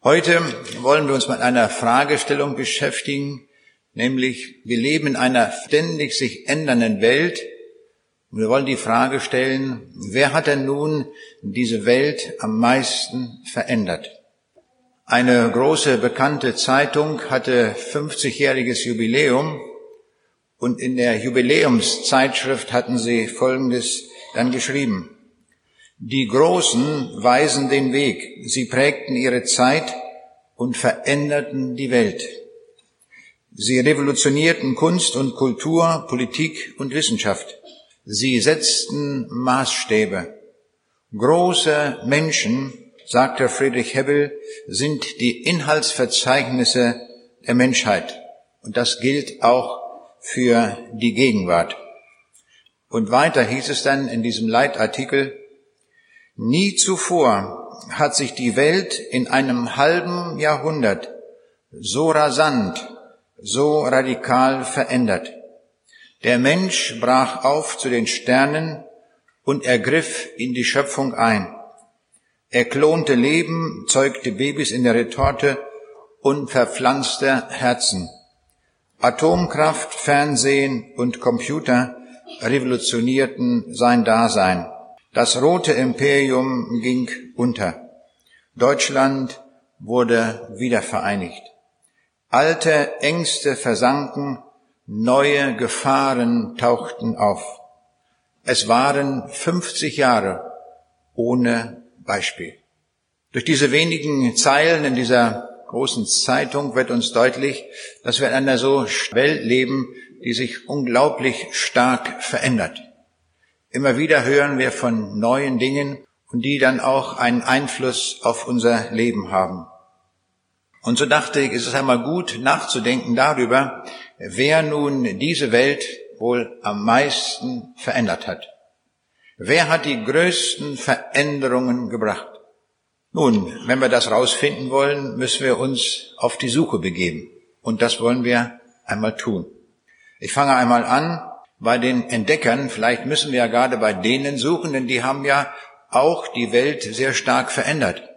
Heute wollen wir uns mit einer Fragestellung beschäftigen, nämlich wir leben in einer ständig sich ändernden Welt und wir wollen die Frage stellen, wer hat denn nun diese Welt am meisten verändert? Eine große bekannte Zeitung hatte 50-jähriges Jubiläum und in der Jubiläumszeitschrift hatten sie Folgendes dann geschrieben: Die Großen weisen den Weg, sie prägten ihre Zeit und veränderten die Welt. Sie revolutionierten Kunst und Kultur, Politik und Wissenschaft. Sie setzten Maßstäbe. Große Menschen, sagte Friedrich Hebbel, sind die Inhaltsverzeichnisse der Menschheit. Und das gilt auch für die Gegenwart. Und weiter hieß es dann in diesem Leitartikel: Nie zuvor hat sich die Welt in einem halben Jahrhundert so rasant, so radikal verändert. Der Mensch brach auf zu den Sternen und ergriff in die Schöpfung ein. Er klonte Leben, zeugte Babys in der Retorte und verpflanzte Herzen. Atomkraft, Fernsehen und Computer revolutionierten sein Dasein. Das rote Imperium ging unter. Deutschland wurde wiedervereinigt. Alte Ängste versanken, neue Gefahren tauchten auf. Es waren 50 Jahre ohne Beispiel. Durch diese wenigen Zeilen in dieser großen Zeitung wird uns deutlich, dass wir in einer so Welt leben, die sich unglaublich stark verändert. Immer wieder hören wir von neuen Dingen und die dann auch einen Einfluss auf unser Leben haben. Und so dachte ich, ist es einmal gut nachzudenken darüber, wer nun diese Welt wohl am meisten verändert hat. Wer hat die größten Veränderungen gebracht? Nun, wenn wir das rausfinden wollen, müssen wir uns auf die Suche begeben. Und das wollen wir einmal tun. Ich fange einmal an bei den Entdeckern. Vielleicht müssen wir ja gerade bei denen suchen, denn die haben ja auch die Welt sehr stark verändert.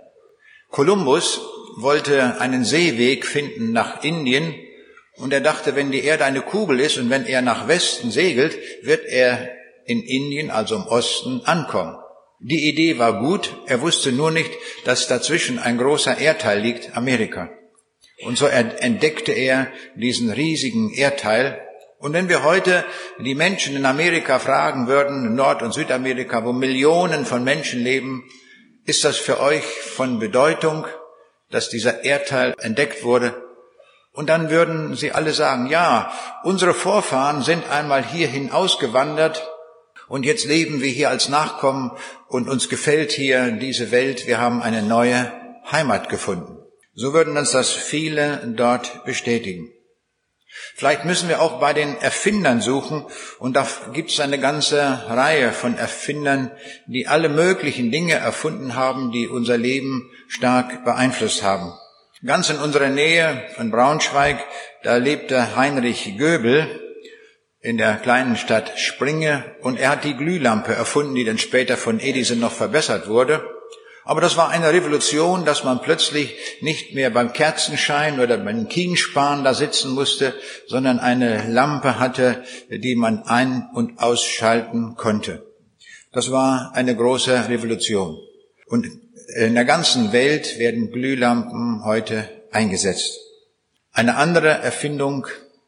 Kolumbus wollte einen Seeweg finden nach Indien und er dachte, wenn die Erde eine Kugel ist und wenn er nach Westen segelt, wird er in Indien, also im Osten, ankommen. Die Idee war gut, er wusste nur nicht, dass dazwischen ein großer Erdteil liegt, Amerika. Und so entdeckte er diesen riesigen Erdteil. Und wenn wir heute die Menschen in Amerika fragen würden, Nord- und Südamerika, wo Millionen von Menschen leben, ist das für euch von Bedeutung, dass dieser Erdteil entdeckt wurde? Und dann würden sie alle sagen, ja, unsere Vorfahren sind einmal hierhin ausgewandert und jetzt leben wir hier als Nachkommen und uns gefällt hier diese Welt, wir haben eine neue Heimat gefunden. So würden uns das viele dort bestätigen. Vielleicht müssen wir auch bei den Erfindern suchen und da gibt es eine ganze Reihe von Erfindern, die alle möglichen Dinge erfunden haben, die unser Leben stark beeinflusst haben. Ganz in unserer Nähe von Braunschweig, da lebte Heinrich Göbel in der kleinen Stadt Springe und er hat die Glühlampe erfunden, die dann später von Edison noch verbessert wurde. Aber das war eine Revolution, dass man plötzlich nicht mehr beim Kerzenschein oder beim Kienspan da sitzen musste, sondern eine Lampe hatte, die man ein- und ausschalten konnte. Das war eine große Revolution. Und in der ganzen Welt werden Glühlampen heute eingesetzt. Eine andere Erfindung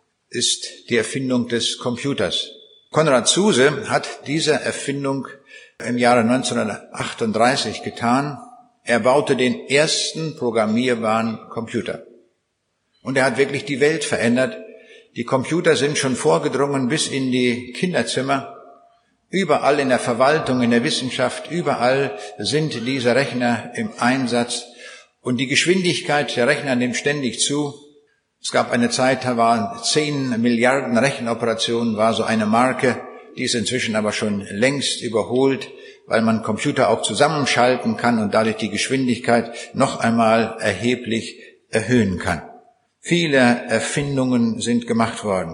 ist die Erfindung des Computers. Konrad Zuse hat diese Erfindung im Jahre 1938 getan. Er baute den ersten programmierbaren Computer. Und er hat wirklich die Welt verändert. Die Computer sind schon vorgedrungen bis in die Kinderzimmer. Überall in der Verwaltung, in der Wissenschaft, überall sind diese Rechner im Einsatz. Und die Geschwindigkeit der Rechner nimmt ständig zu. Es gab eine Zeit, da waren 10 Milliarden Rechenoperationen, war so eine Marke. Die ist inzwischen aber schon längst überholt, weil man Computer auch zusammenschalten kann und dadurch die Geschwindigkeit noch einmal erheblich erhöhen kann. Viele Erfindungen sind gemacht worden.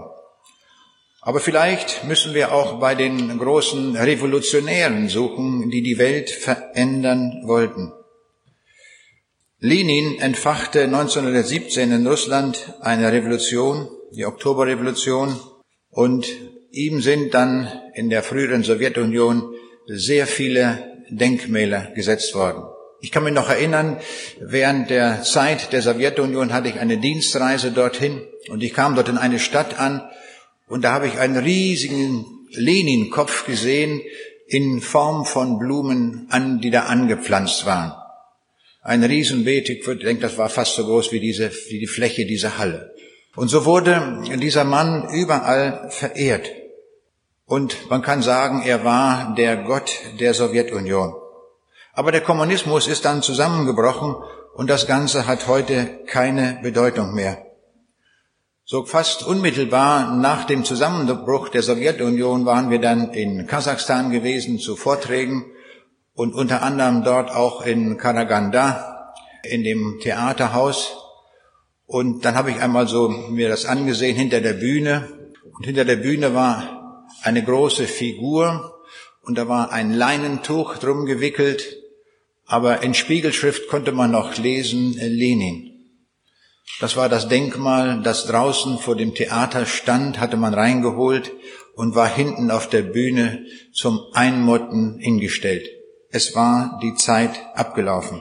Aber vielleicht müssen wir auch bei den großen Revolutionären suchen, die die Welt verändern wollten. Lenin entfachte 1917 in Russland eine Revolution, die Oktoberrevolution, und ihm sind dann in der früheren Sowjetunion sehr viele Denkmäler gesetzt worden. Ich kann mich noch erinnern, während der Zeit der Sowjetunion hatte ich eine Dienstreise dorthin und ich kam dort in eine Stadt an und da habe ich einen riesigen Lenin-Kopf gesehen in Form von Blumen, die da angepflanzt waren. Ein Riesenbeet, ich denke, das war fast so groß wie die Fläche dieser Halle. Und so wurde dieser Mann überall verehrt. Und man kann sagen, er war der Gott der Sowjetunion. Aber der Kommunismus ist dann zusammengebrochen und das Ganze hat heute keine Bedeutung mehr. So fast unmittelbar nach dem Zusammenbruch der Sowjetunion waren wir dann in Kasachstan gewesen zu Vorträgen und unter anderem dort auch in Karaganda in dem Theaterhaus. Und dann habe ich einmal so mir das angesehen hinter der Bühne. Und hinter der Bühne war eine große Figur und da war ein Leinentuch drum gewickelt, aber in Spiegelschrift konnte man noch lesen Lenin. Das war das Denkmal, das draußen vor dem Theater stand, hatte man reingeholt und war hinten auf der Bühne zum Einmotten hingestellt. Es war die Zeit abgelaufen.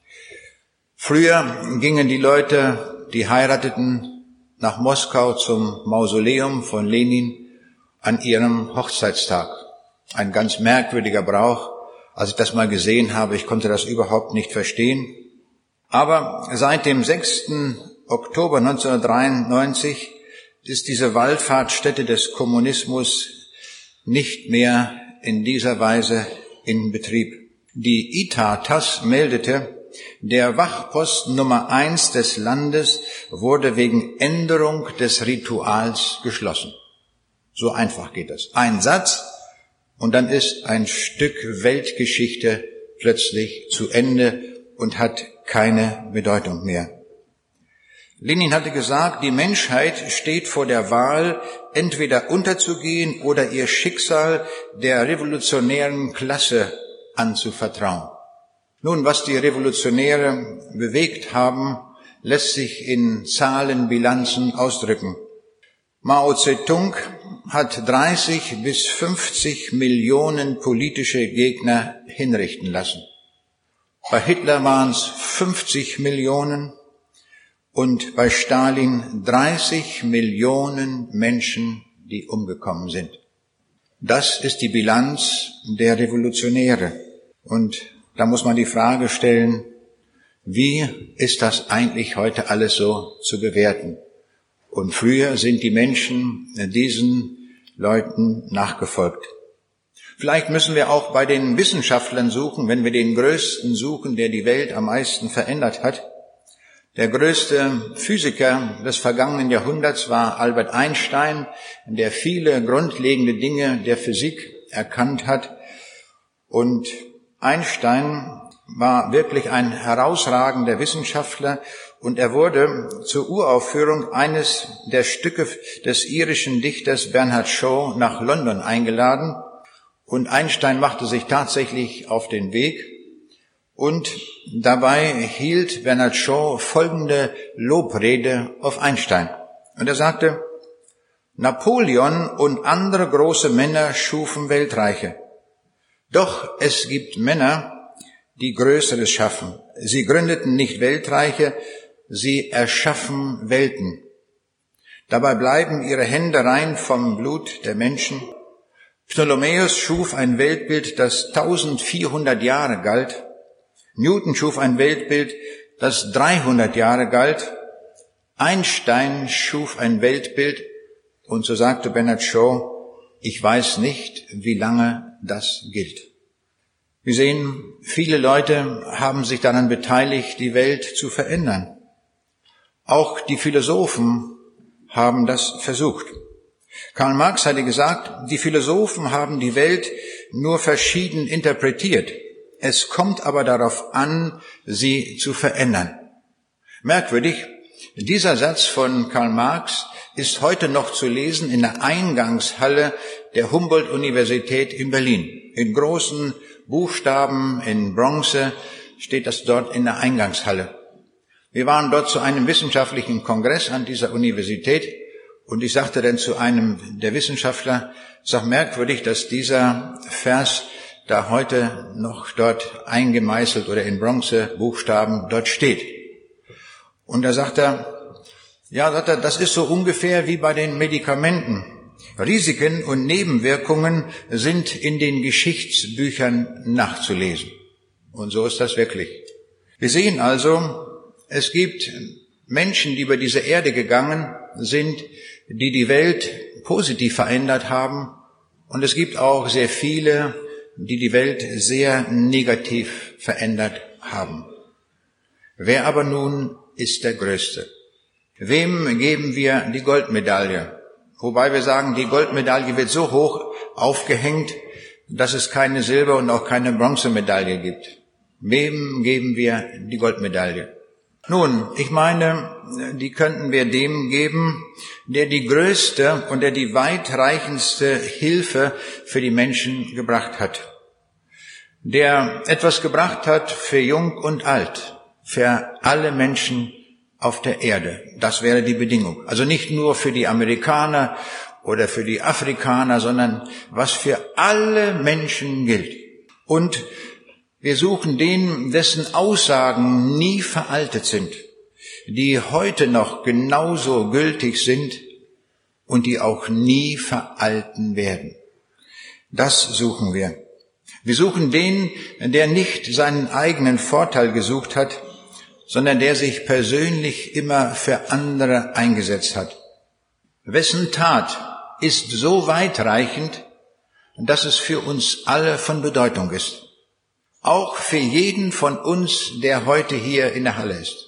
Früher gingen die Leute, die heirateten, nach Moskau zum Mausoleum von Lenin an ihrem Hochzeitstag. Ein ganz merkwürdiger Brauch. Als ich das mal gesehen habe, ich konnte das überhaupt nicht verstehen. Aber seit dem 6. Oktober 1993 ist diese Wallfahrtsstätte des Kommunismus nicht mehr in dieser Weise in Betrieb. Die ITA-TASS meldete, der Wachposten Nummer 1 des Landes wurde wegen Änderung des Rituals geschlossen. So einfach geht das. Ein Satz und dann ist ein Stück Weltgeschichte plötzlich zu Ende und hat keine Bedeutung mehr. Lenin hatte gesagt, die Menschheit steht vor der Wahl, entweder unterzugehen oder ihr Schicksal der revolutionären Klasse anzuvertrauen. Nun, was die Revolutionäre bewegt haben, lässt sich in Zahlenbilanzen ausdrücken. Mao Zedong hat 30 bis 50 Millionen politische Gegner hinrichten lassen. Bei Hitler waren es 50 Millionen und bei Stalin 30 Millionen Menschen, die umgekommen sind. Das ist die Bilanz der Revolutionäre. Und da muss man die Frage stellen, wie ist das eigentlich heute alles so zu bewerten? Und früher sind die Menschen diesen Leuten nachgefolgt. Vielleicht müssen wir auch bei den Wissenschaftlern suchen, wenn wir den Größten suchen, der die Welt am meisten verändert hat. Der größte Physiker des vergangenen Jahrhunderts war Albert Einstein, der viele grundlegende Dinge der Physik erkannt hat. Und Einstein war wirklich ein herausragender Wissenschaftler und er wurde zur Uraufführung eines der Stücke des irischen Dichters Bernard Shaw nach London eingeladen. Und Einstein machte sich tatsächlich auf den Weg. Und dabei hielt Bernard Shaw folgende Lobrede auf Einstein. Und er sagte, Napoleon und andere große Männer schufen Weltreiche. Doch es gibt Männer, die Größeres schaffen. Sie gründeten nicht Weltreiche, sie erschaffen Welten. Dabei bleiben ihre Hände rein vom Blut der Menschen. Ptolemäus schuf ein Weltbild, das 1400 Jahre galt. Newton schuf ein Weltbild, das 300 Jahre galt. Einstein schuf ein Weltbild und so sagte Bernard Shaw, ich weiß nicht, wie lange das gilt. Wir sehen, viele Leute haben sich daran beteiligt, die Welt zu verändern. Auch die Philosophen haben das versucht. Karl Marx hatte gesagt, die Philosophen haben die Welt nur verschieden interpretiert. Es kommt aber darauf an, sie zu verändern. Merkwürdig, dieser Satz von Karl Marx ist heute noch zu lesen in der Eingangshalle der Humboldt-Universität in Berlin. In großen Buchstaben, in Bronze steht das dort in der Eingangshalle. Wir waren dort zu einem wissenschaftlichen Kongress an dieser Universität und ich sagte dann zu einem der Wissenschaftler, sag merkwürdig, dass dieser Vers da heute noch dort eingemeißelt oder in Bronzebuchstaben dort steht. Und da sagt er, das ist so ungefähr wie bei den Medikamenten. Risiken und Nebenwirkungen sind in den Geschichtsbüchern nachzulesen. Und so ist das wirklich. Wir sehen also, es gibt Menschen, die über diese Erde gegangen sind, die die Welt positiv verändert haben. Und es gibt auch sehr viele, die die Welt sehr negativ verändert haben. Wer aber nun ist der Größte? Wem geben wir die Goldmedaille? Wobei wir sagen, die Goldmedaille wird so hoch aufgehängt, dass es keine Silber- und auch keine Bronzemedaille gibt. Wem geben wir die Goldmedaille? Nun, ich meine, die könnten wir dem geben, der die größte und der die weitreichendste Hilfe für die Menschen gebracht hat. Der etwas gebracht hat für Jung und Alt, für alle Menschen auf der Erde. Das wäre die Bedingung. Also nicht nur für die Amerikaner oder für die Afrikaner, sondern was für alle Menschen gilt. Und wir suchen den, dessen Aussagen nie veraltet sind, die heute noch genauso gültig sind und die auch nie veralten werden. Das suchen wir. Wir suchen den, der nicht seinen eigenen Vorteil gesucht hat, sondern der sich persönlich immer für andere eingesetzt hat. Wessen Tat ist so weitreichend, dass es für uns alle von Bedeutung ist. Auch für jeden von uns, der heute hier in der Halle ist.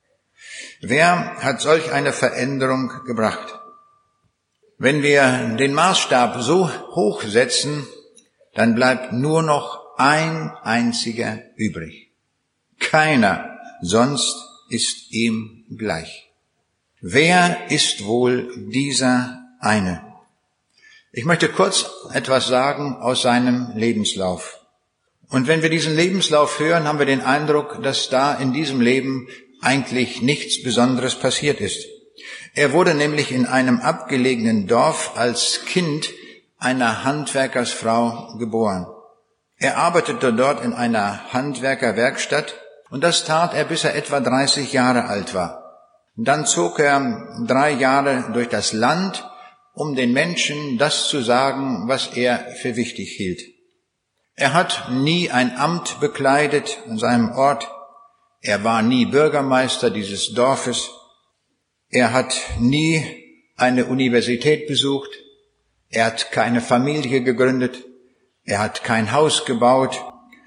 Wer hat solch eine Veränderung gebracht? Wenn wir den Maßstab so hoch setzen, dann bleibt nur noch ein einziger übrig. Keiner sonst ist ihm gleich. Wer ist wohl dieser eine? Ich möchte kurz etwas sagen aus seinem Lebenslauf. Und wenn wir diesen Lebenslauf hören, haben wir den Eindruck, dass da in diesem Leben eigentlich nichts Besonderes passiert ist. Er wurde nämlich in einem abgelegenen Dorf als Kind einer Handwerkersfrau geboren. Er arbeitete dort in einer Handwerkerwerkstatt und das tat er, bis er etwa 30 Jahre alt war. Dann zog er 3 Jahre durch das Land, um den Menschen das zu sagen, was er für wichtig hielt. Er hat nie ein Amt bekleidet an seinem Ort. Er war nie Bürgermeister dieses Dorfes. Er hat nie eine Universität besucht. Er hat keine Familie gegründet. Er hat kein Haus gebaut.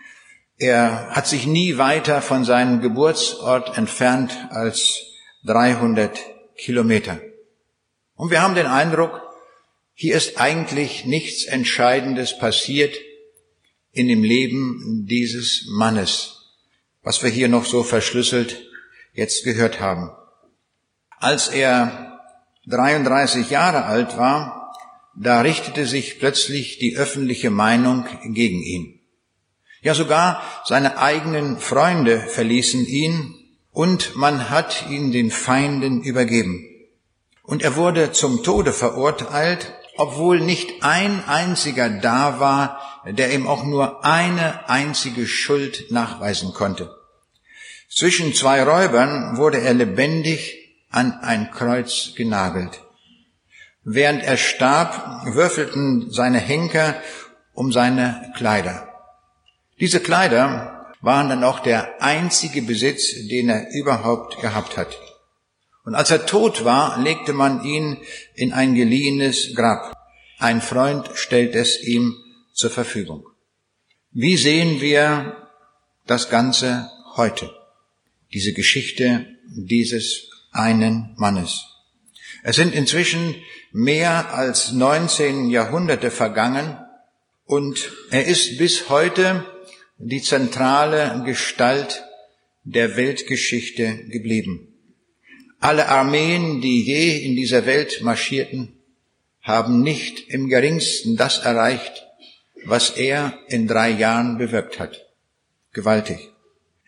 Er hat sich nie weiter von seinem Geburtsort entfernt als 300 Kilometer. Und wir haben den Eindruck, hier ist eigentlich nichts Entscheidendes passiert in dem Leben dieses Mannes, was wir hier noch so verschlüsselt jetzt gehört haben. Als er 33 Jahre alt war, da richtete sich plötzlich die öffentliche Meinung gegen ihn. Ja, sogar seine eigenen Freunde verließen ihn und man hat ihn den Feinden übergeben. Und er wurde zum Tode verurteilt, obwohl nicht ein einziger da war, der ihm auch nur eine einzige Schuld nachweisen konnte. Zwischen 2 Räubern wurde er lebendig an ein Kreuz genagelt. Während er starb, würfelten seine Henker um seine Kleider. Diese Kleider waren dann auch der einzige Besitz, den er überhaupt gehabt hat. Und als er tot war, legte man ihn in ein geliehenes Grab. Ein Freund stellt es ihm zur Verfügung. Wie sehen wir das Ganze heute? Diese Geschichte dieses einen Mannes. Es sind inzwischen mehr als 19 Jahrhunderte vergangen und er ist bis heute die zentrale Gestalt der Weltgeschichte geblieben. Alle Armeen, die je in dieser Welt marschierten, haben nicht im geringsten das erreicht, was er in 3 Jahren bewirkt hat. Gewaltig.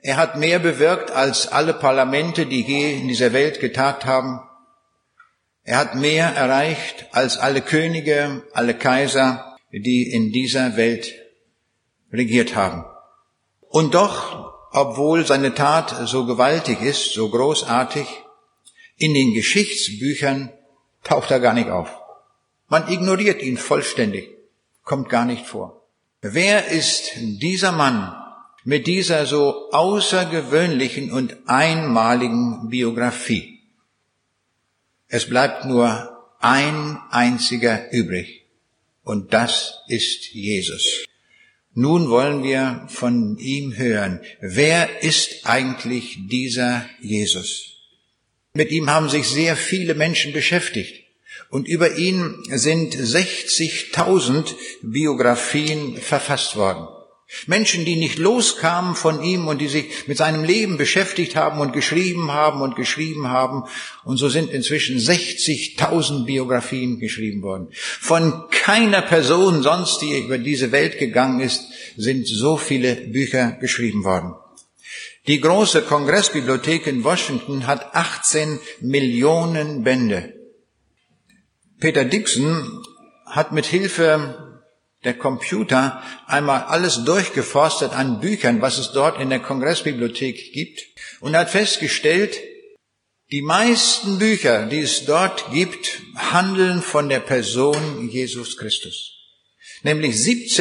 Er hat mehr bewirkt als alle Parlamente, die je in dieser Welt getagt haben. Er hat mehr erreicht als alle Könige, alle Kaiser, die in dieser Welt regiert haben. Und doch, obwohl seine Tat so gewaltig ist, so großartig, in den Geschichtsbüchern taucht er gar nicht auf. Man ignoriert ihn vollständig, kommt gar nicht vor. Wer ist dieser Mann mit dieser so außergewöhnlichen und einmaligen Biografie? Es bleibt nur ein einziger übrig, und das ist Jesus. Nun wollen wir von ihm hören. Wer ist eigentlich dieser Jesus? Mit ihm haben sich sehr viele Menschen beschäftigt. Und über ihn sind 60.000 Biografien verfasst worden. Menschen, die nicht loskamen von ihm und die sich mit seinem Leben beschäftigt haben und geschrieben haben und geschrieben haben. Und so sind inzwischen 60.000 Biografien geschrieben worden. Von keiner Person sonst, die über diese Welt gegangen ist, sind so viele Bücher geschrieben worden. Die große Kongressbibliothek in Washington hat 18 Millionen Bände. Peter Dixon hat mit Hilfe der Computer einmal alles durchgeforstet an Büchern, was es dort in der Kongressbibliothek gibt, und hat festgestellt, die meisten Bücher, die es dort gibt, handeln von der Person Jesus Christus. Nämlich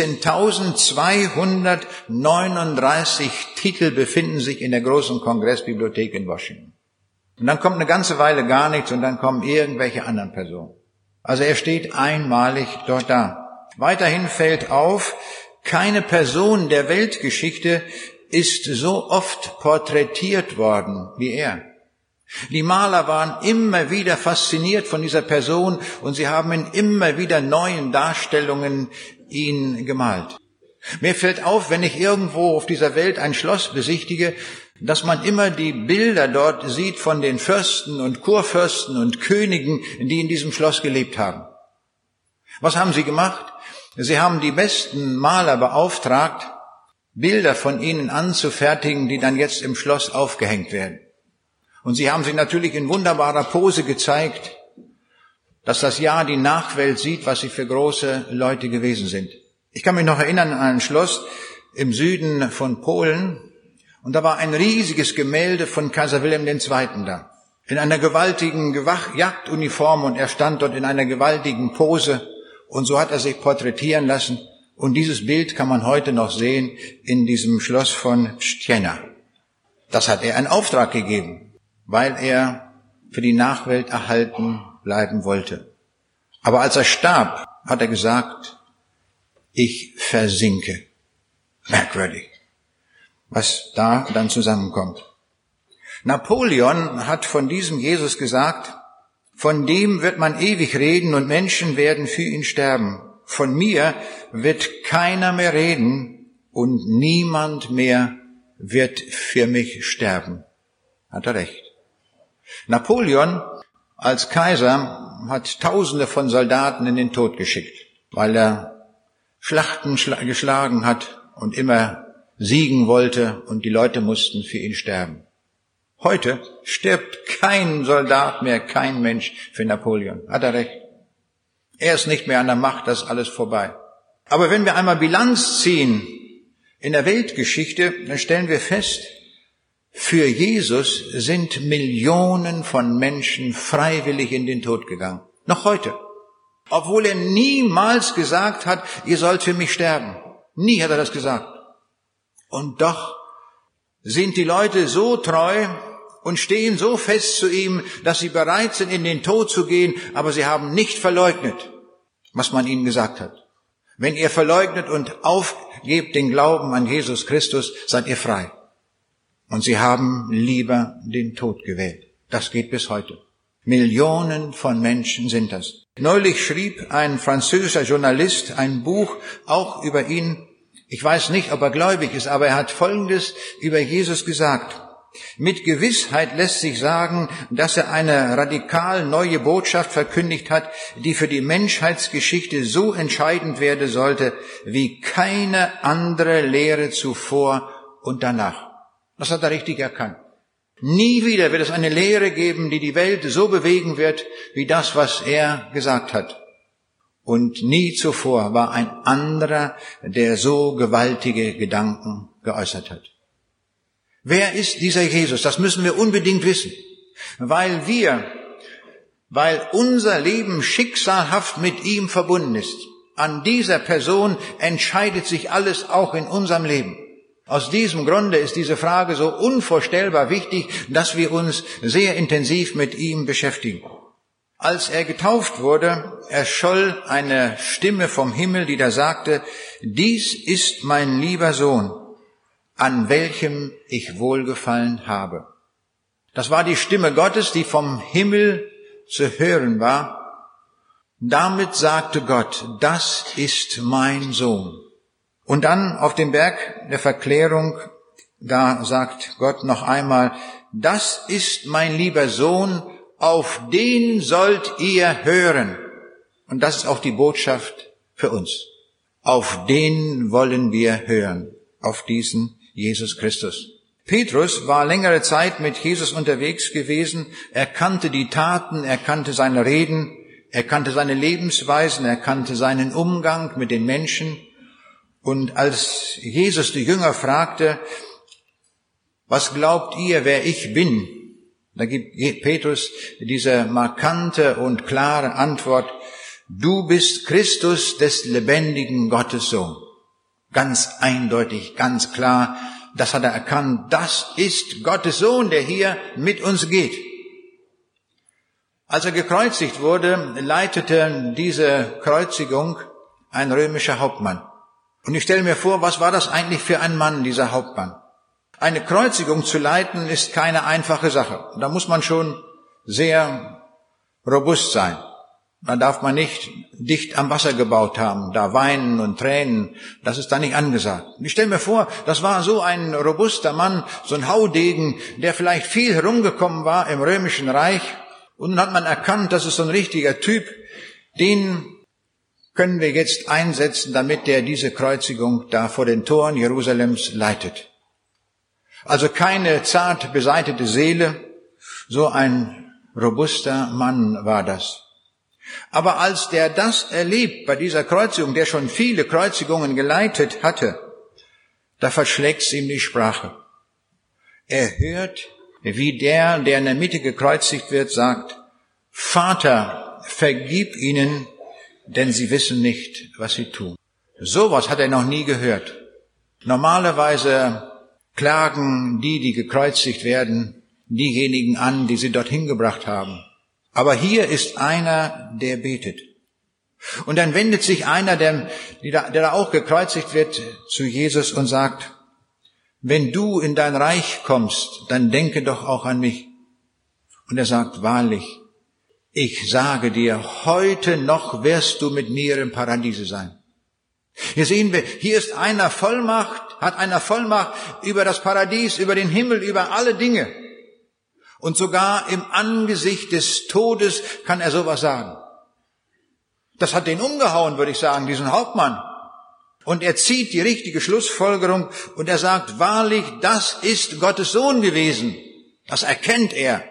17.239 Titel befinden sich in der großen Kongressbibliothek in Washington. Und dann kommt eine ganze Weile gar nichts und dann kommen irgendwelche anderen Personen. Also er steht einmalig dort da. Weiterhin fällt auf, keine Person der Weltgeschichte ist so oft porträtiert worden wie er. Die Maler waren immer wieder fasziniert von dieser Person und sie haben in immer wieder neuen Darstellungen ihn gemalt. Mir fällt auf, wenn ich irgendwo auf dieser Welt ein Schloss besichtige, dass man immer die Bilder dort sieht von den Fürsten und Kurfürsten und Königen, die in diesem Schloss gelebt haben. Was haben sie gemacht? Sie haben die besten Maler beauftragt, Bilder von ihnen anzufertigen, die dann jetzt im Schloss aufgehängt werden. Und sie haben sie natürlich in wunderbarer Pose gezeigt, dass das Jahr die Nachwelt sieht, was sie für große Leute gewesen sind. Ich kann mich noch erinnern an ein Schloss im Süden von Polen, und da war ein riesiges Gemälde von Kaiser Wilhelm II. Da, in einer gewaltigen Jagduniform, und er stand dort in einer gewaltigen Pose, und so hat er sich porträtieren lassen, und dieses Bild kann man heute noch sehen in diesem Schloss von Stjena. Das hat er einen Auftrag gegeben, weil er für die Nachwelt erhalten bleiben wollte. Aber als er starb, hat er gesagt, ich versinke. Merkwürdig, was da dann zusammenkommt. Napoleon hat von diesem Jesus gesagt, von dem wird man ewig reden und Menschen werden für ihn sterben. Von mir wird keiner mehr reden und niemand mehr wird für mich sterben. Hat er recht. Napoleon als Kaiser hat Tausende von Soldaten in den Tod geschickt, weil er Schlachten geschlagen hat und immer siegen wollte, und die Leute mussten für ihn sterben. Heute stirbt kein Soldat mehr, kein Mensch für Napoleon. Hat er recht. Er ist nicht mehr an der Macht, das ist alles vorbei. Aber wenn wir einmal Bilanz ziehen in der Weltgeschichte, dann stellen wir fest, für Jesus sind Millionen von Menschen freiwillig in den Tod gegangen. Noch heute. Obwohl er niemals gesagt hat, ihr sollt für mich sterben. Nie hat er das gesagt. Und doch sind die Leute so treu und stehen so fest zu ihm, dass sie bereit sind, in den Tod zu gehen, aber sie haben nicht verleugnet, was man ihnen gesagt hat. Wenn ihr verleugnet und aufgebt den Glauben an Jesus Christus, seid ihr frei. Und sie haben lieber den Tod gewählt. Das geht bis heute. Millionen von Menschen sind das. Neulich schrieb ein französischer Journalist ein Buch auch über ihn. Ich weiß nicht, ob er gläubig ist, aber er hat Folgendes über Jesus gesagt. Mit Gewissheit lässt sich sagen, dass er eine radikal neue Botschaft verkündigt hat, die für die Menschheitsgeschichte so entscheidend werden sollte, wie keine andere Lehre zuvor und danach. Das hat er richtig erkannt. Nie wieder wird es eine Lehre geben, die die Welt so bewegen wird, wie das, was er gesagt hat. Und nie zuvor war ein anderer, der so gewaltige Gedanken geäußert hat. Wer ist dieser Jesus? Das müssen wir unbedingt wissen, weil unser Leben schicksalhaft mit ihm verbunden ist. An dieser Person entscheidet sich alles auch in unserem Leben. Aus diesem Grunde ist diese Frage so unvorstellbar wichtig, dass wir uns sehr intensiv mit ihm beschäftigen. Als er getauft wurde, erscholl eine Stimme vom Himmel, die da sagte, dies ist mein lieber Sohn, an welchem ich Wohlgefallen habe. Das war die Stimme Gottes, die vom Himmel zu hören war. Damit sagte Gott, das ist mein Sohn. Und dann auf dem Berg der Verklärung, da sagt Gott noch einmal, das ist mein lieber Sohn, auf den sollt ihr hören. Und das ist auch die Botschaft für uns. Auf den wollen wir hören, auf diesen Jesus Christus. Petrus war längere Zeit mit Jesus unterwegs gewesen. Er kannte die Taten, er kannte seine Reden, er kannte seine Lebensweisen, er kannte seinen Umgang mit den Menschen. Und als Jesus die Jünger fragte, was glaubt ihr, wer ich bin? Da gibt Petrus diese markante und klare Antwort, du bist Christus des lebendigen Gottes Sohn. Ganz eindeutig, ganz klar, das hat er erkannt, das ist Gottes Sohn, der hier mit uns geht. Als er gekreuzigt wurde, leitete diese Kreuzigung ein römischer Hauptmann. Und ich stelle mir vor, was war das eigentlich für ein Mann, dieser Hauptmann? Eine Kreuzigung zu leiten ist keine einfache Sache. Da muss man schon sehr robust sein. Da darf man nicht dicht am Wasser gebaut haben, da weinen und tränen, das ist da nicht angesagt. Ich stelle mir vor, das war so ein robuster Mann, so ein Haudegen, der vielleicht viel herumgekommen war im Römischen Reich. Und dann hat man erkannt, das ist so ein richtiger Typ, den können wir jetzt einsetzen, damit der diese Kreuzigung da vor den Toren Jerusalems leitet. Also keine zart beseitete Seele, so ein robuster Mann war das. Aber als der das erlebt bei dieser Kreuzigung, der schon viele Kreuzigungen geleitet hatte, da verschlägt's ihm die Sprache. Er hört, wie der in der Mitte gekreuzigt wird, sagt, Vater, vergib ihnen, denn sie wissen nicht, was sie tun. Sowas hat er noch nie gehört. Normalerweise klagen die gekreuzigt werden, diejenigen an, die sie dorthin gebracht haben. Aber hier ist einer, der betet. Und dann wendet sich einer, der da auch gekreuzigt wird, zu Jesus und sagt, wenn du in dein Reich kommst, dann denke doch auch an mich. Und er sagt, wahrlich, ich sage dir, heute noch wirst du mit mir im Paradiese sein. Hier sehen wir, hier ist einer hat einer Vollmacht über das Paradies, über den Himmel, über alle Dinge. Und sogar im Angesicht des Todes kann er sowas sagen. Das hat den umgehauen, würde ich sagen, diesen Hauptmann. Und er zieht die richtige Schlussfolgerung und er sagt, wahrlich, das ist Gottes Sohn gewesen. Das erkennt er.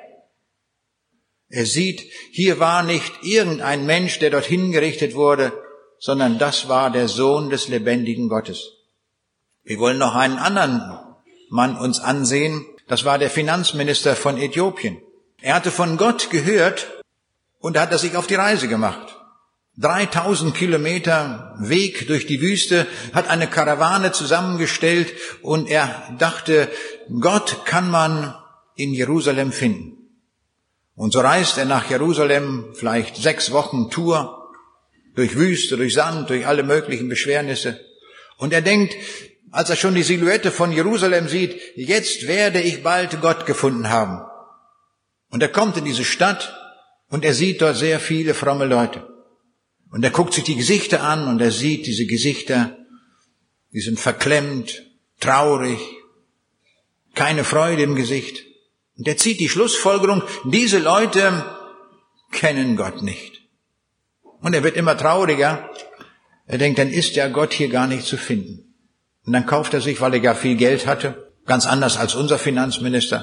Er sieht, hier war nicht irgendein Mensch, der dorthin gerichtet wurde, sondern das war der Sohn des lebendigen Gottes. Wir wollen noch einen anderen Mann uns ansehen. Das war der Finanzminister von Äthiopien. Er hatte von Gott gehört und da hat er sich auf die Reise gemacht. 3000 Kilometer Weg durch die Wüste, hat eine Karawane zusammengestellt und er dachte, Gott kann man in Jerusalem finden. Und so reist er nach Jerusalem, vielleicht 6 Wochen Tour, durch Wüste, durch Sand, durch alle möglichen Beschwernisse. Und er denkt, als er schon die Silhouette von Jerusalem sieht, jetzt werde ich bald Gott gefunden haben. Und er kommt in diese Stadt und er sieht dort sehr viele fromme Leute. Und er guckt sich die Gesichter an und er sieht diese Gesichter, die sind verklemmt, traurig, keine Freude im Gesicht. Und er zieht die Schlussfolgerung, diese Leute kennen Gott nicht. Und er wird immer trauriger. Er denkt, dann ist ja Gott hier gar nicht zu finden. Und dann kauft er sich, weil er gar viel Geld hatte, Ganz anders als unser Finanzminister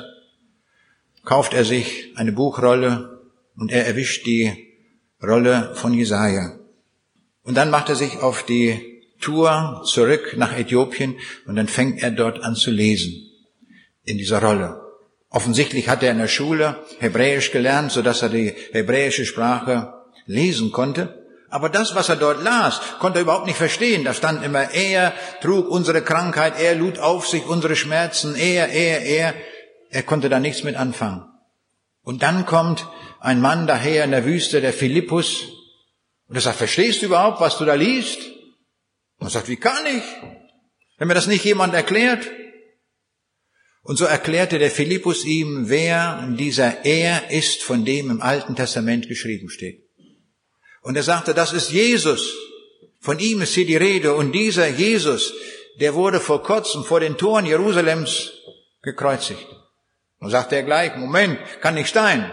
kauft er sich eine Buchrolle und er erwischt die Rolle von Jesaja. Und dann macht er sich auf die Tour zurück nach Äthiopien und dann fängt er dort an zu lesen in dieser Rolle. Offensichtlich hat er in der Schule Hebräisch gelernt, sodass er die hebräische Sprache lesen konnte. Aber das, was er dort las, konnte er überhaupt nicht verstehen. Da stand immer, er trug unsere Krankheit, er lud auf sich unsere Schmerzen, er. Er konnte da nichts mit anfangen. Und dann kommt ein Mann daher in der Wüste, der Philippus, und er sagt, verstehst du überhaupt, was du da liest? Und er sagt, wie kann ich? Wenn mir das nicht jemand erklärt? Und so erklärte der Philippus ihm, wer dieser Er ist, von dem im Alten Testament geschrieben steht. Und er sagte, das ist Jesus. Von ihm ist hier die Rede. Und dieser Jesus, der wurde vor kurzem vor den Toren Jerusalems gekreuzigt. Und sagte er gleich, Moment, kann nicht sein.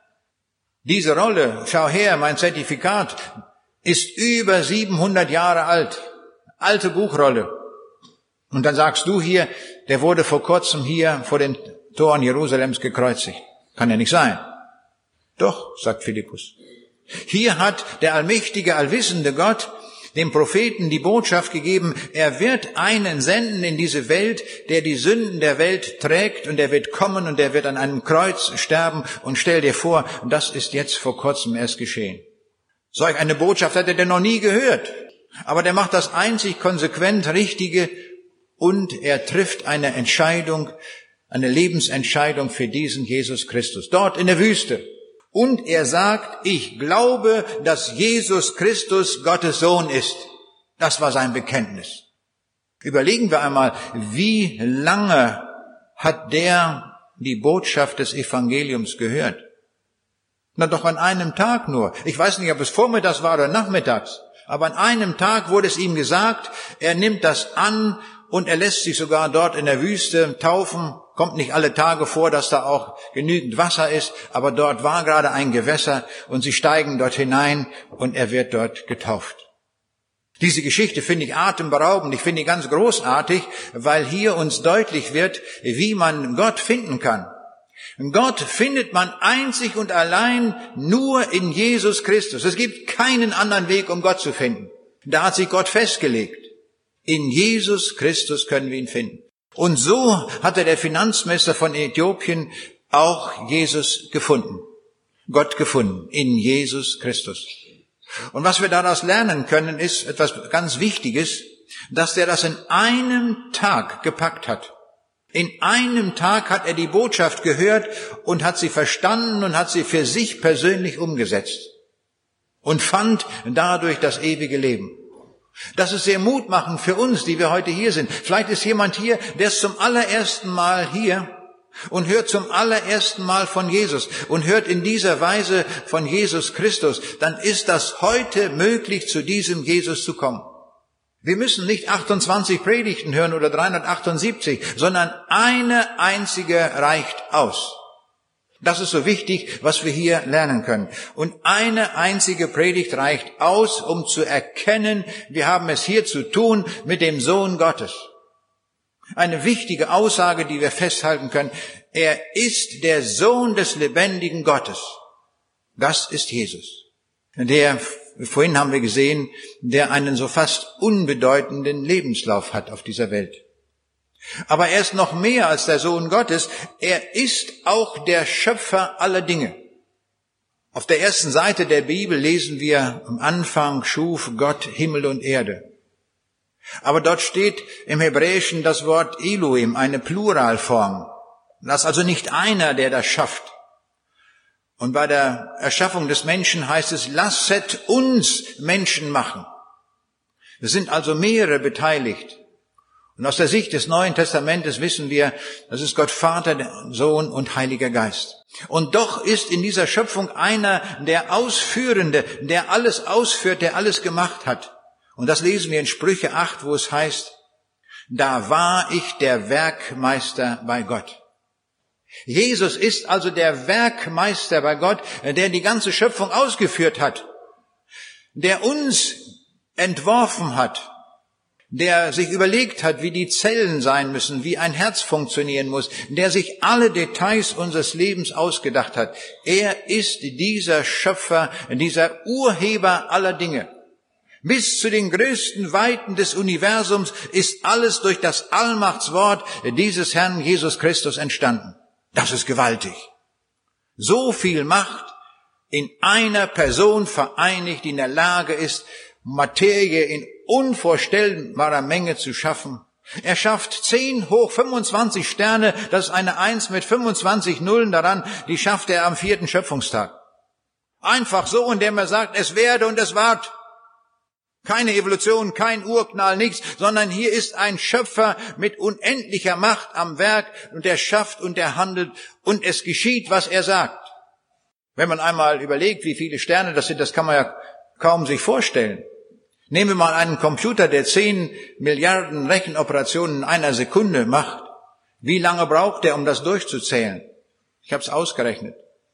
Diese Rolle, schau her, mein Zertifikat, ist über 700 Jahre alt. Alte Buchrolle. Und dann sagst du hier, der wurde vor kurzem hier vor den Toren Jerusalems gekreuzigt. Kann ja nicht sein. Doch, sagt Philippus. Hier hat der allmächtige, allwissende Gott dem Propheten die Botschaft gegeben, er wird einen senden in diese Welt, der die Sünden der Welt trägt und er wird kommen und er wird an einem Kreuz sterben und stell dir vor, das ist jetzt vor kurzem erst geschehen. Solch eine Botschaft hat er denn noch nie gehört. Aber der macht das einzig konsequent Richtige und er trifft eine Entscheidung, eine Lebensentscheidung für diesen Jesus Christus, dort in der Wüste. Und er sagt, ich glaube, dass Jesus Christus Gottes Sohn ist. Das war sein Bekenntnis. Überlegen wir einmal, wie lange hat der die Botschaft des Evangeliums gehört? Na doch an einem Tag nur. Ich weiß nicht, ob es vormittags war oder nachmittags. Aber an einem Tag wurde es ihm gesagt, er nimmt das an und er lässt sich sogar dort in der Wüste taufen. Kommt nicht alle Tage vor, dass da auch genügend Wasser ist, aber dort war gerade ein Gewässer und sie steigen dort hinein und er wird dort getauft. Diese Geschichte finde ich atemberaubend, ich finde die ganz großartig, weil hier uns deutlich wird, wie man Gott finden kann. Gott findet man einzig und allein nur in Jesus Christus. Es gibt keinen anderen Weg, um Gott zu finden. Da hat sich Gott festgelegt. In Jesus Christus können wir ihn finden. Und so hatte der Finanzminister von Äthiopien auch Jesus gefunden. Gott gefunden in Jesus Christus. Und was wir daraus lernen können, ist etwas ganz Wichtiges, dass der das in einem Tag gepackt hat. In einem Tag hat er die Botschaft gehört und hat sie verstanden und hat sie für sich persönlich umgesetzt und fand dadurch das ewige Leben. Das ist sehr mutmachend für uns, die wir heute hier sind. Vielleicht ist jemand hier, der ist zum allerersten Mal hier und hört zum allerersten Mal von Jesus und hört in dieser Weise von Jesus Christus. Dann ist das heute möglich, zu diesem Jesus zu kommen. Wir müssen nicht 28 Predigten hören oder 378, sondern eine einzige reicht aus. Das ist so wichtig, was wir hier lernen können. Und eine einzige Predigt reicht aus, um zu erkennen, wir haben es hier zu tun mit dem Sohn Gottes. Eine wichtige Aussage, die wir festhalten können. Er ist der Sohn des lebendigen Gottes. Das ist Jesus. Der, vorhin haben wir gesehen, der einen so fast unbedeutenden Lebenslauf hat auf dieser Welt. Aber er ist noch mehr als der Sohn Gottes. Er ist auch der Schöpfer aller Dinge. Auf der ersten Seite der Bibel lesen wir, am Anfang schuf Gott Himmel und Erde. Aber dort steht im Hebräischen das Wort Elohim, eine Pluralform. Das ist also nicht einer, der das schafft. Und bei der Erschaffung des Menschen heißt es, lasset uns Menschen machen. Es sind also mehrere beteiligt. Und aus der Sicht des Neuen Testamentes wissen wir, das ist Gott Vater, Sohn und Heiliger Geist. Und doch ist in dieser Schöpfung einer der Ausführende, der alles ausführt, der alles gemacht hat. Und das lesen wir in Sprüche 8, wo es heißt, da war ich der Werkmeister bei Gott. Jesus ist also der Werkmeister bei Gott, der die ganze Schöpfung ausgeführt hat, der uns entworfen hat, der sich überlegt hat, wie die Zellen sein müssen, wie ein Herz funktionieren muss, der sich alle Details unseres Lebens ausgedacht hat. Er ist dieser Schöpfer, dieser Urheber aller Dinge. Bis zu den größten Weiten des Universums ist alles durch das Allmachtswort dieses Herrn Jesus Christus entstanden. Das ist gewaltig. So viel Macht in einer Person vereinigt, die in der Lage ist, Materie in unvorstellbarer Menge zu schaffen. Er schafft 10 hoch 25 Sterne, das ist eine 1 mit 25 Nullen daran, die schafft er am 4. Schöpfungstag. Einfach so, indem er sagt, es werde und es ward. Keine Evolution, kein Urknall, nichts, sondern hier ist ein Schöpfer mit unendlicher Macht am Werk und er schafft und er handelt und es geschieht, was er sagt. Wenn man einmal überlegt, wie viele Sterne das sind, das kann man ja kaum sich vorstellen. Nehmen wir mal einen Computer, der 10 Milliarden Rechenoperationen in einer Sekunde macht. Wie lange braucht er, um das durchzuzählen? Ich habe es ausgerechnet.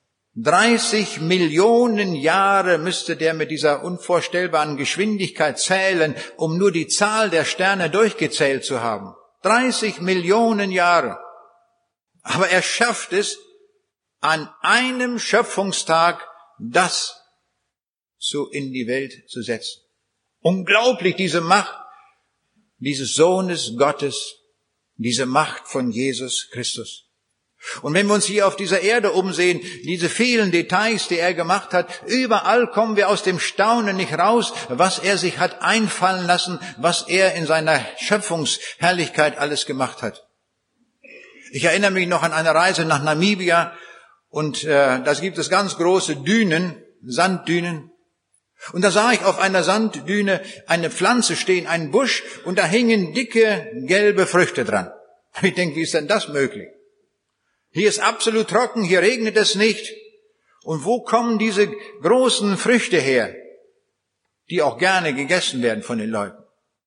30 Millionen Jahre müsste der mit dieser unvorstellbaren Geschwindigkeit zählen, um nur die Zahl der Sterne durchgezählt zu haben. 30 Millionen Jahre. Aber er schafft es, an einem Schöpfungstag das so in die Welt zu setzen. Unglaublich, diese Macht dieses Sohnes Gottes, diese Macht von Jesus Christus. Und wenn wir uns hier auf dieser Erde umsehen, diese vielen Details, die er gemacht hat, überall kommen wir aus dem Staunen nicht raus, was er sich hat einfallen lassen, was er in seiner Schöpfungsherrlichkeit alles gemacht hat. Ich erinnere mich noch an eine Reise nach Namibia und da gibt es ganz große Dünen, Sanddünen. Und da sah ich auf einer Sanddüne eine Pflanze stehen, einen Busch, und da hingen dicke, gelbe Früchte dran. Ich denke, wie ist denn das möglich? Hier ist absolut trocken, hier regnet es nicht. Und wo kommen diese großen Früchte her, die auch gerne gegessen werden von den Leuten?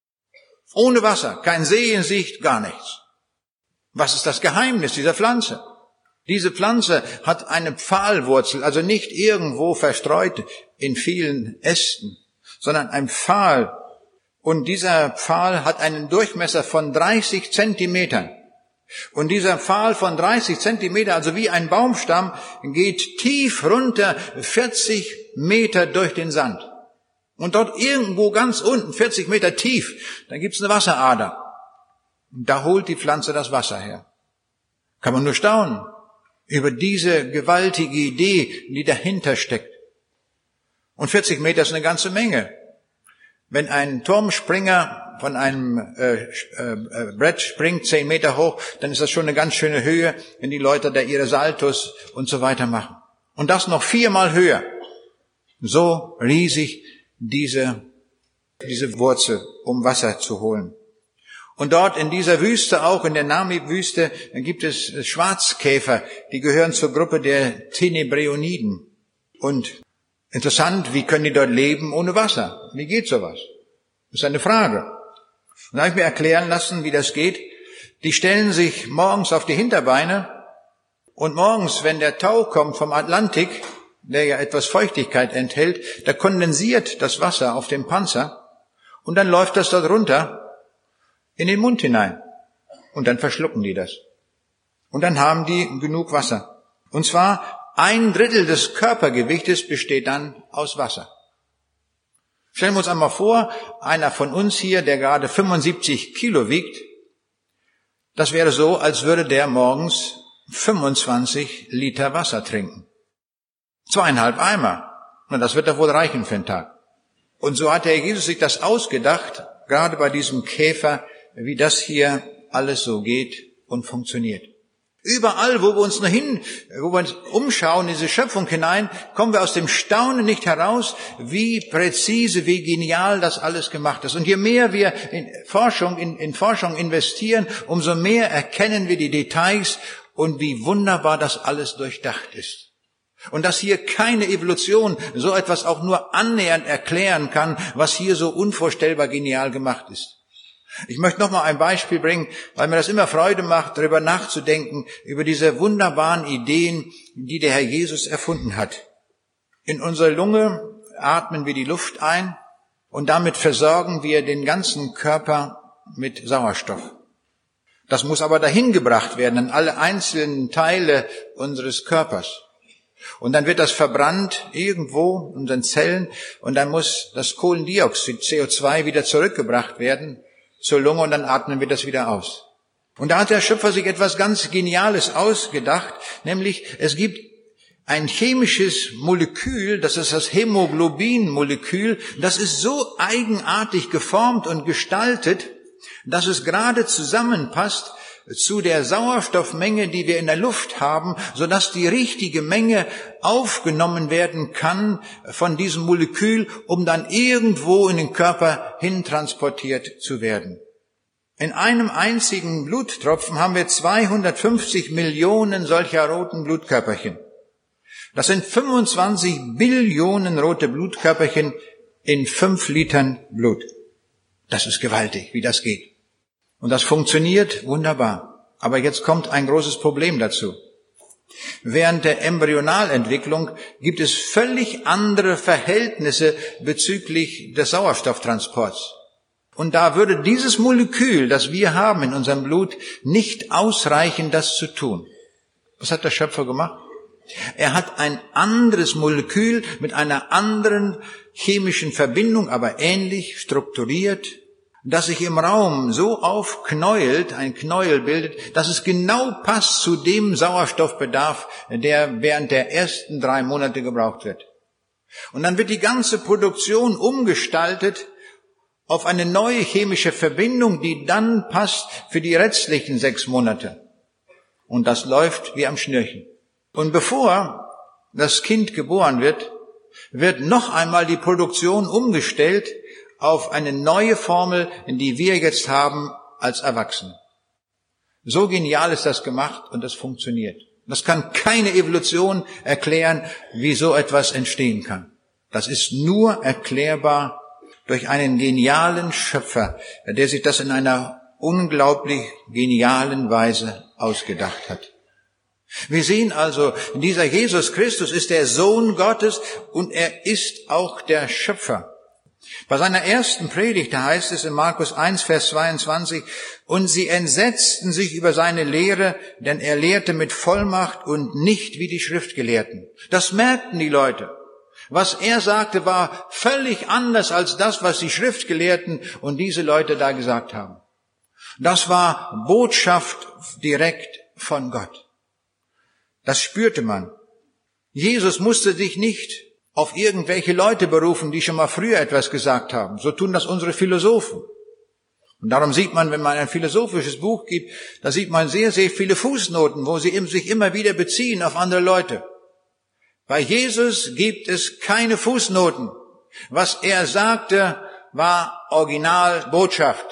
Ohne Wasser, kein See in Sicht, gar nichts. Was ist das Geheimnis dieser Pflanze? Diese Pflanze hat eine Pfahlwurzel, also nicht irgendwo verstreut in vielen Ästen, sondern ein Pfahl. Und dieser Pfahl hat einen Durchmesser von 30 Zentimetern. Und dieser Pfahl von 30 Zentimeter, also wie ein Baumstamm, geht tief runter, 40 Meter durch den Sand. Und dort irgendwo ganz unten, 40 Meter tief, da gibt's eine Wasserader. Und da holt die Pflanze das Wasser her. Kann man nur staunen über diese gewaltige Idee, die dahinter steckt. Und 40 Meter ist eine ganze Menge. Wenn ein Turmspringer von einem Brett springt, 10 Meter hoch, dann ist das schon eine ganz schöne Höhe, wenn die Leute da ihre Saltos und so weiter machen. Und das noch 4-mal höher. So riesig diese Wurzel, um Wasser zu holen. Und dort in dieser Wüste, auch in der Namib-Wüste, gibt es Schwarzkäfer, die gehören zur Gruppe der Tenebreoniden. Und interessant, wie können die dort leben ohne Wasser? Wie geht sowas? Das ist eine Frage. Und da habe ich mir erklären lassen, wie das geht. Die stellen sich morgens auf die Hinterbeine und morgens, wenn der Tau kommt vom Atlantik, der ja etwas Feuchtigkeit enthält, da kondensiert das Wasser auf dem Panzer und dann läuft das dort runter in den Mund hinein. Und dann verschlucken die das. Und dann haben die genug Wasser. Und zwar 1/3 des Körpergewichtes besteht dann aus Wasser. Stellen wir uns einmal vor, einer von uns hier, der gerade 75 Kilo wiegt, das wäre so, als würde der morgens 25 Liter Wasser trinken. 2,5 Eimer. Und das wird doch wohl reichen für den Tag. Und so hat der Jesus sich das ausgedacht, gerade bei diesem Käfer, wie das hier alles so geht und funktioniert. Überall, wo wir uns umschauen, in diese Schöpfung hinein, kommen wir aus dem Staunen nicht heraus, wie präzise, wie genial das alles gemacht ist. Und je mehr wir in Forschung investieren, umso mehr erkennen wir die Details und wie wunderbar das alles durchdacht ist. Und dass hier keine Evolution so etwas auch nur annähernd erklären kann, was hier so unvorstellbar genial gemacht ist. Ich möchte noch mal ein Beispiel bringen, weil mir das immer Freude macht, darüber nachzudenken, über diese wunderbaren Ideen, die der Herr Jesus erfunden hat. In unsere Lunge atmen wir die Luft ein und damit versorgen wir den ganzen Körper mit Sauerstoff. Das muss aber dahin gebracht werden an alle einzelnen Teile unseres Körpers. Und dann wird das verbrannt irgendwo in unseren Zellen und dann muss das Kohlendioxid, CO2, wieder zurückgebracht werden zur Lunge und dann atmen wir das wieder aus. Und da hat der Schöpfer sich etwas ganz Geniales ausgedacht, nämlich es gibt ein chemisches Molekül, das ist das Hämoglobin-Molekül, das ist so eigenartig geformt und gestaltet, dass es gerade zusammenpasst zu der Sauerstoffmenge, die wir in der Luft haben, sodass die richtige Menge aufgenommen werden kann von diesem Molekül, um dann irgendwo in den Körper hintransportiert zu werden. In einem einzigen Bluttropfen haben wir 250 Millionen solcher roten Blutkörperchen. Das sind 25 Billionen rote Blutkörperchen in 5 Litern Blut. Das ist gewaltig, wie das geht. Und das funktioniert wunderbar. Aber jetzt kommt ein großes Problem dazu. Während der Embryonalentwicklung gibt es völlig andere Verhältnisse bezüglich des Sauerstofftransports. Und da würde dieses Molekül, das wir haben in unserem Blut, nicht ausreichen, das zu tun. Was hat der Schöpfer gemacht? Er hat ein anderes Molekül mit einer anderen chemischen Verbindung, aber ähnlich strukturiert, das sich im Raum so aufknäult, ein Knäuel bildet, dass es genau passt zu dem Sauerstoffbedarf, der während der ersten 3 Monate gebraucht wird. Und dann wird die ganze Produktion umgestaltet auf eine neue chemische Verbindung, die dann passt für die restlichen 6 Monate. Und das läuft wie am Schnürchen. Und bevor das Kind geboren wird, wird noch einmal die Produktion umgestellt auf eine neue Formel, die wir jetzt haben als Erwachsene. So genial ist das gemacht und das funktioniert. Das kann keine Evolution erklären, wie so etwas entstehen kann. Das ist nur erklärbar durch einen genialen Schöpfer, der sich das in einer unglaublich genialen Weise ausgedacht hat. Wir sehen also, dieser Jesus Christus ist der Sohn Gottes und er ist auch der Schöpfer. Bei seiner ersten Predigt, da heißt es in Markus 1, Vers 22, und sie entsetzten sich über seine Lehre, denn er lehrte mit Vollmacht und nicht wie die Schriftgelehrten. Das merkten die Leute. Was er sagte, war völlig anders als das, was die Schriftgelehrten und diese Leute da gesagt haben. Das war Botschaft direkt von Gott. Das spürte man. Jesus musste sich nicht auf irgendwelche Leute berufen, die schon mal früher etwas gesagt haben. So tun das unsere Philosophen. Und darum sieht man, wenn man ein philosophisches Buch gibt, da sieht man sehr, sehr viele Fußnoten, wo sie sich immer wieder beziehen auf andere Leute. Bei Jesus gibt es keine Fußnoten. Was er sagte, war Originalbotschaft.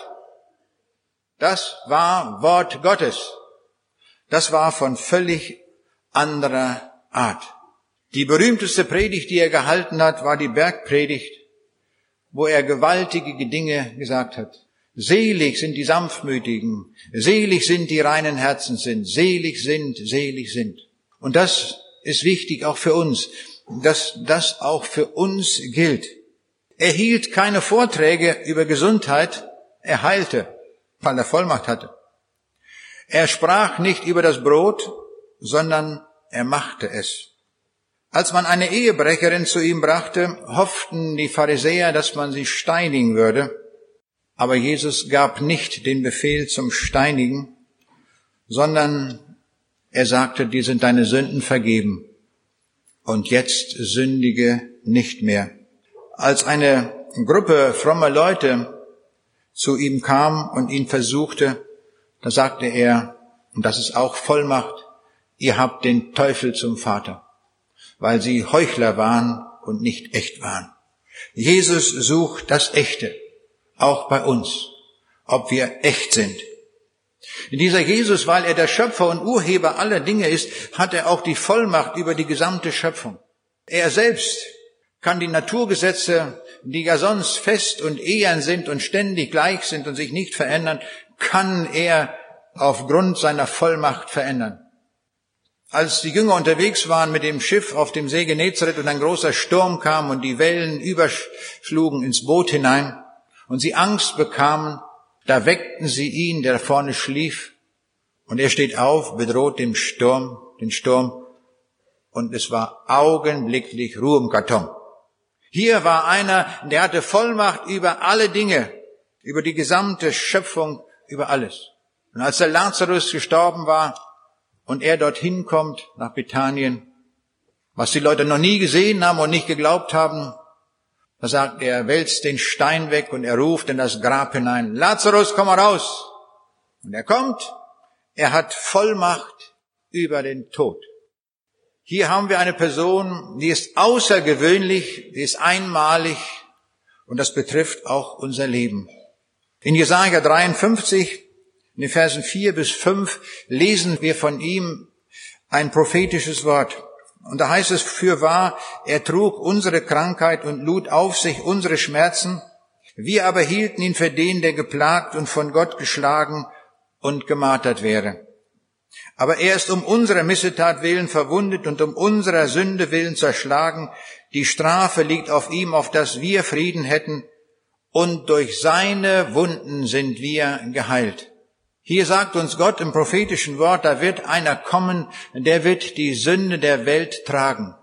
Das war Wort Gottes. Das war von völlig anderer Art. Die berühmteste Predigt, die er gehalten hat, war die Bergpredigt, wo er gewaltige Dinge gesagt hat. Selig sind die Sanftmütigen, selig sind die reinen Herzens sind, selig sind, selig sind. Und das ist wichtig auch für uns, dass das auch für uns gilt. Er hielt keine Vorträge über Gesundheit, er heilte, weil er Vollmacht hatte. Er sprach nicht über das Brot, sondern er machte es. Als man eine Ehebrecherin zu ihm brachte, hofften die Pharisäer, dass man sie steinigen würde. Aber Jesus gab nicht den Befehl zum Steinigen, sondern er sagte, dir sind deine Sünden vergeben. Und jetzt sündige nicht mehr. Als eine Gruppe frommer Leute zu ihm kam und ihn versuchte, da sagte er, und das ist auch Vollmacht, ihr habt den Teufel zum Vater, weil sie Heuchler waren und nicht echt waren. Jesus sucht das Echte, auch bei uns, ob wir echt sind. Dieser Jesus, weil er der Schöpfer und Urheber aller Dinge ist, hat er auch die Vollmacht über die gesamte Schöpfung. Er selbst kann die Naturgesetze, die ja sonst fest und ehern sind und ständig gleich sind und sich nicht verändern, kann er aufgrund seiner Vollmacht verändern. Als die Jünger unterwegs waren mit dem Schiff auf dem See Genezareth und ein großer Sturm kam und die Wellen überschlugen ins Boot hinein und sie Angst bekamen, da weckten sie ihn, der vorne schlief, und er steht auf, bedroht den Sturm, und es war augenblicklich Ruhe im Karton. Hier war einer, der hatte Vollmacht über alle Dinge, über die gesamte Schöpfung, über alles. Und als der Lazarus gestorben war und er dorthin kommt, nach Bethanien, was die Leute noch nie gesehen haben und nicht geglaubt haben, da sagt er, wälzt den Stein weg und er ruft in das Grab hinein, Lazarus, komm mal raus. Und er kommt, er hat Vollmacht über den Tod. Hier haben wir eine Person, die ist außergewöhnlich, die ist einmalig und das betrifft auch unser Leben. In Jesaja 53, in den Versen 4 bis 5, lesen wir von ihm ein prophetisches Wort. Und da heißt es, fürwahr, er trug unsere Krankheit und lud auf sich unsere Schmerzen. Wir aber hielten ihn für den, der geplagt und von Gott geschlagen und gemartert wäre. Aber er ist um unserer Missetat willen verwundet und um unserer Sünde willen zerschlagen. Die Strafe liegt auf ihm, auf dass wir Frieden hätten. Und durch seine Wunden sind wir geheilt. Hier sagt uns Gott im prophetischen Wort, da wird einer kommen, der wird die Sünde der Welt tragen.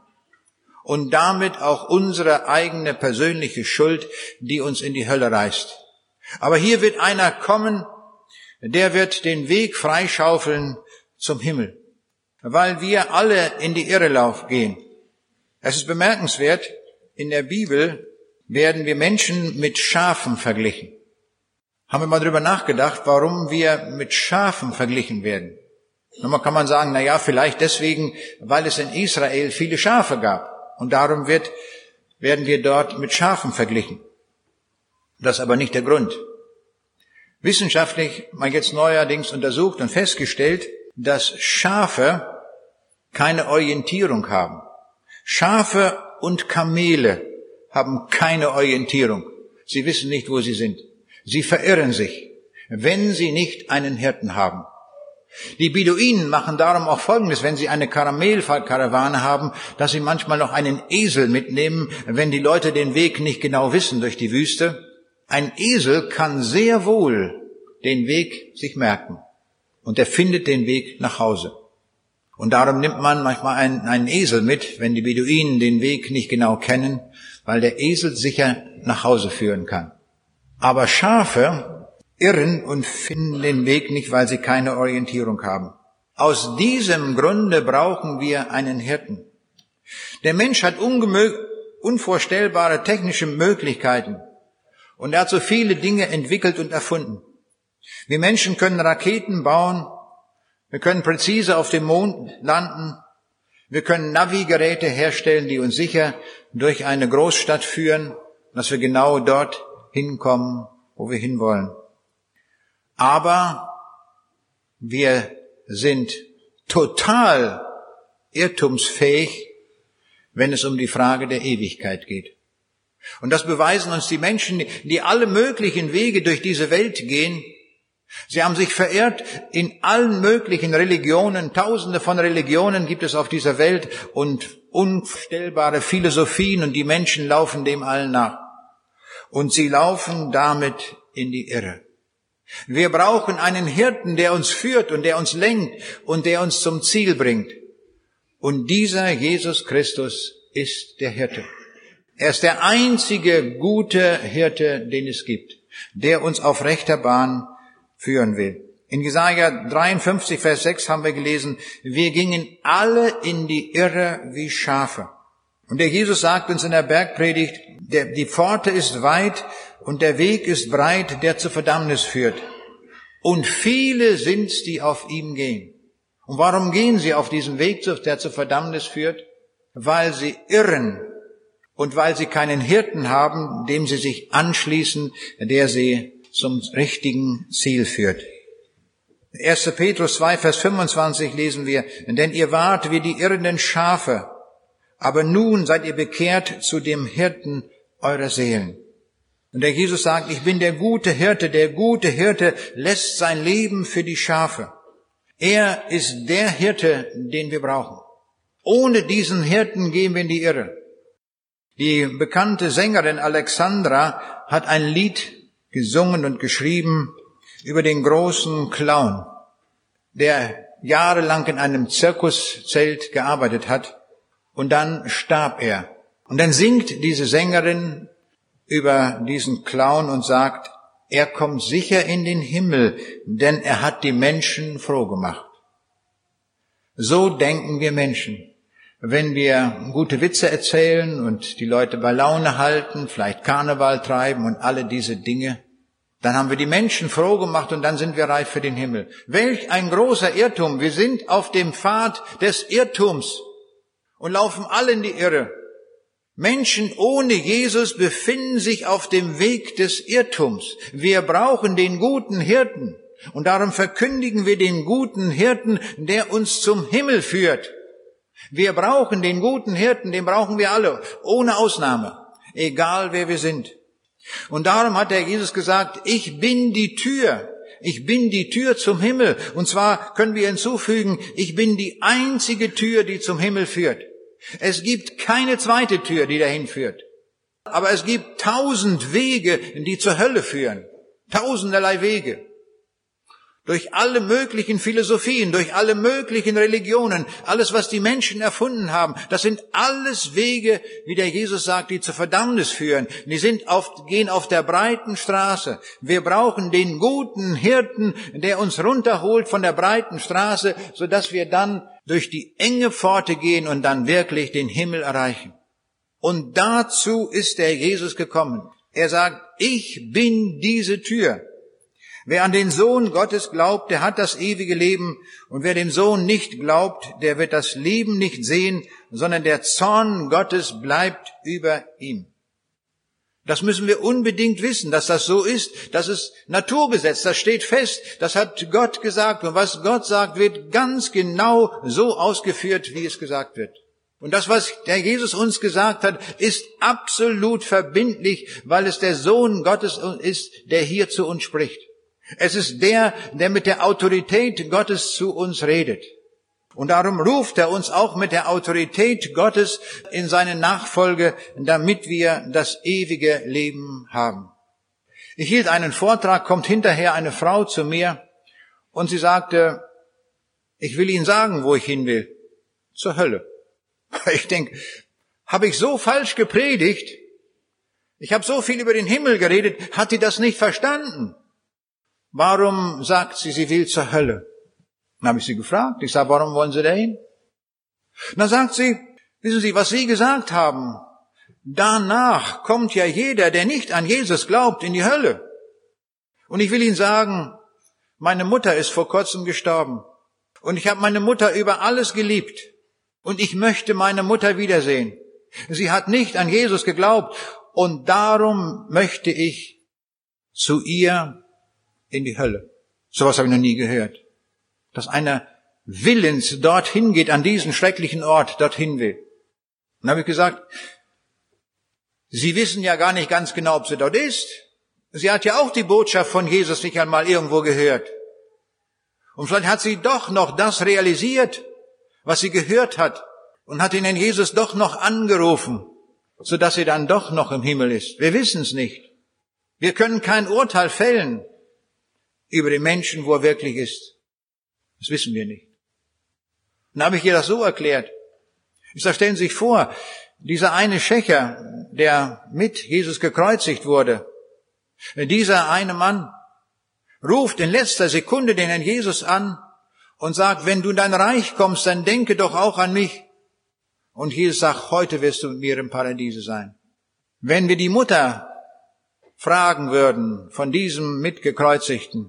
Und damit auch unsere eigene persönliche Schuld, die uns in die Hölle reißt. Aber hier wird einer kommen, der wird den Weg freischaufeln zum Himmel, weil wir alle in die Irre gehen. Es ist bemerkenswert, in der Bibel werden wir Menschen mit Schafen verglichen. Haben wir mal drüber nachgedacht, warum wir mit Schafen verglichen werden? Nochmal kann man sagen, na ja, vielleicht deswegen, weil es in Israel viele Schafe gab. Und darum werden wir dort mit Schafen verglichen. Das ist aber nicht der Grund. Wissenschaftlich mal jetzt neuerdings untersucht und festgestellt, dass Schafe keine Orientierung haben. Schafe und Kamele haben keine Orientierung. Sie wissen nicht, wo sie sind. Sie verirren sich, wenn sie nicht einen Hirten haben. Die Beduinen machen darum auch Folgendes, wenn sie eine Kamelkarawane haben, dass sie manchmal noch einen Esel mitnehmen, wenn die Leute den Weg nicht genau wissen durch die Wüste. Ein Esel kann sehr wohl den Weg sich merken und er findet den Weg nach Hause. Und darum nimmt man manchmal einen Esel mit, wenn die Beduinen den Weg nicht genau kennen, weil der Esel sicher nach Hause führen kann. Aber Schafe irren und finden den Weg nicht, weil sie keine Orientierung haben. Aus diesem Grunde brauchen wir einen Hirten. Der Mensch hat unvorstellbare technische Möglichkeiten und er hat so viele Dinge entwickelt und erfunden. Wir Menschen können Raketen bauen, wir können präzise auf dem Mond landen, wir können Navigeräte herstellen, die uns sicher durch eine Großstadt führen, dass wir genau dort hinkommen, wo wir hinwollen. Aber wir sind total irrtumsfähig, wenn es um die Frage der Ewigkeit geht. Und das beweisen uns die Menschen, die alle möglichen Wege durch diese Welt gehen. Sie haben sich verirrt in allen möglichen Religionen. Tausende von Religionen gibt es auf dieser Welt und unvorstellbare Philosophien und die Menschen laufen dem allen nach. Und sie laufen damit in die Irre. Wir brauchen einen Hirten, der uns führt und der uns lenkt und der uns zum Ziel bringt. Und dieser Jesus Christus ist der Hirte. Er ist der einzige gute Hirte, den es gibt, der uns auf rechter Bahn führen will. In Jesaja 53, Vers 6 haben wir gelesen, wir gingen alle in die Irre wie Schafe. Und der Jesus sagt uns in der Bergpredigt, die Pforte ist weit und der Weg ist breit, der zur Verdammnis führt. Und viele sind's, die auf ihm gehen. Und warum gehen sie auf diesen Weg, der zur Verdammnis führt? Weil sie irren und weil sie keinen Hirten haben, dem sie sich anschließen, der sie zum richtigen Ziel führt. 1. Petrus 2, Vers 25 lesen wir, denn ihr wart wie die irrenden Schafe, aber nun seid ihr bekehrt zu dem Hirten eurer Seelen. Und der Jesus sagt, ich bin der gute Hirte lässt sein Leben für die Schafe. Er ist der Hirte, den wir brauchen. Ohne diesen Hirten gehen wir in die Irre. Die bekannte Sängerin Alexandra hat ein Lied gesungen und geschrieben über den großen Clown, der jahrelang in einem Zirkuszelt gearbeitet hat und dann starb er. Und dann singt diese Sängerin über diesen Clown und sagt, er kommt sicher in den Himmel, denn er hat die Menschen froh gemacht. So denken wir Menschen. Wenn wir gute Witze erzählen und die Leute bei Laune halten, vielleicht Karneval treiben und alle diese Dinge, dann haben wir die Menschen froh gemacht und dann sind wir reif für den Himmel. Welch ein großer Irrtum. Wir sind auf dem Pfad des Irrtums und laufen alle in die Irre. Menschen ohne Jesus befinden sich auf dem Weg des Irrtums. Wir brauchen den guten Hirten und darum verkündigen wir den guten Hirten, der uns zum Himmel führt. Wir brauchen den guten Hirten, den brauchen wir alle, ohne Ausnahme, egal wer wir sind. Und darum hat der Jesus gesagt, ich bin die Tür zum Himmel. Und zwar können wir hinzufügen, ich bin die einzige Tür, die zum Himmel führt. Es gibt keine zweite Tür, die dahin führt. Aber es gibt 1000 Wege, die zur Hölle führen. Tausenderlei Wege. Durch alle möglichen Philosophien, durch alle möglichen Religionen, alles, was die Menschen erfunden haben, das sind alles Wege, wie der Jesus sagt, die zur Verdammnis führen. Die gehen auf der breiten Straße. Wir brauchen den guten Hirten, der uns runterholt von der breiten Straße, sodass wir dann durch die enge Pforte gehen und dann wirklich den Himmel erreichen. Und dazu ist der Jesus gekommen. Er sagt, ich bin diese Tür. Wer an den Sohn Gottes glaubt, der hat das ewige Leben. Und wer dem Sohn nicht glaubt, der wird das Leben nicht sehen, sondern der Zorn Gottes bleibt über ihm. Das müssen wir unbedingt wissen, dass das so ist. Das ist Naturgesetz, das steht fest. Das hat Gott gesagt. Und was Gott sagt, wird ganz genau so ausgeführt, wie es gesagt wird. Und das, was der Jesus uns gesagt hat, ist absolut verbindlich, weil es der Sohn Gottes ist, der hier zu uns spricht. Es ist der mit der Autorität Gottes zu uns redet. Und darum ruft er uns auch mit der Autorität Gottes in seine Nachfolge, damit wir das ewige Leben haben. Ich hielt einen Vortrag, kommt hinterher eine Frau zu mir und sie sagte, ich will Ihnen sagen, wo ich hin will. Zur Hölle. Ich denke, habe ich so falsch gepredigt? Ich habe so viel über den Himmel geredet, hat sie das nicht verstanden? Warum sagt sie, sie will zur Hölle? Dann habe ich sie gefragt. Ich sage, warum wollen Sie da hin? Dann sagt sie, wissen Sie, was Sie gesagt haben, danach kommt ja jeder, der nicht an Jesus glaubt, in die Hölle. Und ich will Ihnen sagen, meine Mutter ist vor kurzem gestorben. Und ich habe meine Mutter über alles geliebt. Und ich möchte meine Mutter wiedersehen. Sie hat nicht an Jesus geglaubt. Und darum möchte ich zu ihr in die Hölle. Sowas habe ich noch nie gehört. Dass einer willens dorthin geht, an diesen schrecklichen Ort dorthin will. Und dann habe ich gesagt, Sie wissen ja gar nicht ganz genau, ob sie dort ist. Sie hat ja auch die Botschaft von Jesus nicht einmal irgendwo gehört. Und vielleicht hat sie doch noch das realisiert, was sie gehört hat, und hat den Herrn Jesus doch noch angerufen, sodass sie dann doch noch im Himmel ist. Wir wissen es nicht. Wir können kein Urteil fällen über den Menschen, wo er wirklich ist. Das wissen wir nicht. Und dann habe ich ihr das so erklärt. Ich sage, stellen Sie sich vor, dieser eine Schächer, der mit Jesus gekreuzigt wurde, dieser eine Mann ruft in letzter Sekunde den Herrn Jesus an und sagt, wenn du in dein Reich kommst, dann denke doch auch an mich. Und Jesus sagt, heute wirst du mit mir im Paradiese sein. Wenn wir die Mutter fragen würden von diesem Mitgekreuzigten,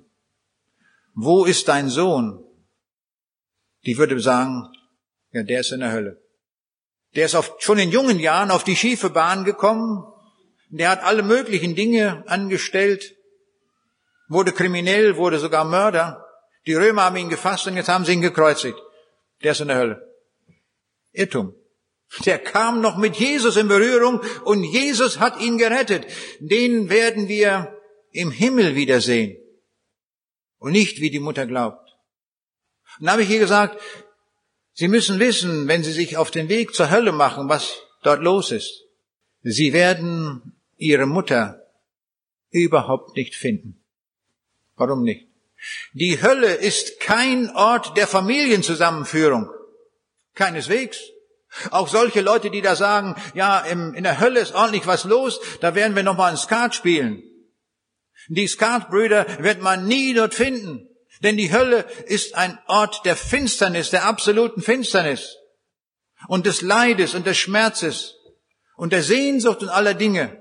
wo ist dein Sohn? Die würde sagen, ja, der ist in der Hölle. Der ist schon in jungen Jahren auf die schiefe Bahn gekommen. Der hat alle möglichen Dinge angestellt, wurde kriminell, wurde sogar Mörder. Die Römer haben ihn gefasst und jetzt haben sie ihn gekreuzigt. Der ist in der Hölle. Irrtum. Der kam noch mit Jesus in Berührung und Jesus hat ihn gerettet. Den werden wir im Himmel wiedersehen. Und nicht, wie die Mutter glaubt. Und dann habe ich ihr gesagt, Sie müssen wissen, wenn Sie sich auf den Weg zur Hölle machen, was dort los ist. Sie werden Ihre Mutter überhaupt nicht finden. Warum nicht? Die Hölle ist kein Ort der Familienzusammenführung. Keineswegs. Auch solche Leute, die da sagen, ja, in der Hölle ist ordentlich was los, da werden wir nochmal ein Skat spielen. Die Skatbrüder wird man nie dort finden. Denn die Hölle ist ein Ort der Finsternis, der absoluten Finsternis und des Leides und des Schmerzes und der Sehnsucht und aller Dinge.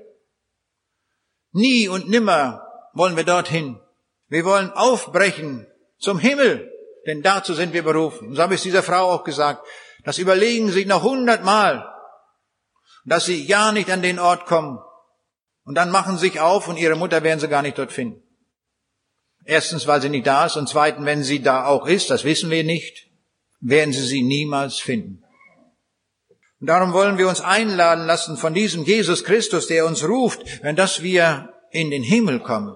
Nie und nimmer wollen wir dorthin. Wir wollen aufbrechen zum Himmel, denn dazu sind wir berufen. Und so habe ich es dieser Frau auch gesagt. Das überlegen Sie noch 100-mal, dass Sie ja nicht an den Ort kommen. Und dann machen Sie sich auf und Ihre Mutter werden Sie gar nicht dort finden. Erstens, weil sie nicht da ist, und zweitens, wenn sie da auch ist, das wissen wir nicht, werden sie niemals finden. Und darum wollen wir uns einladen lassen von diesem Jesus Christus, der uns ruft, dass wir in den Himmel kommen.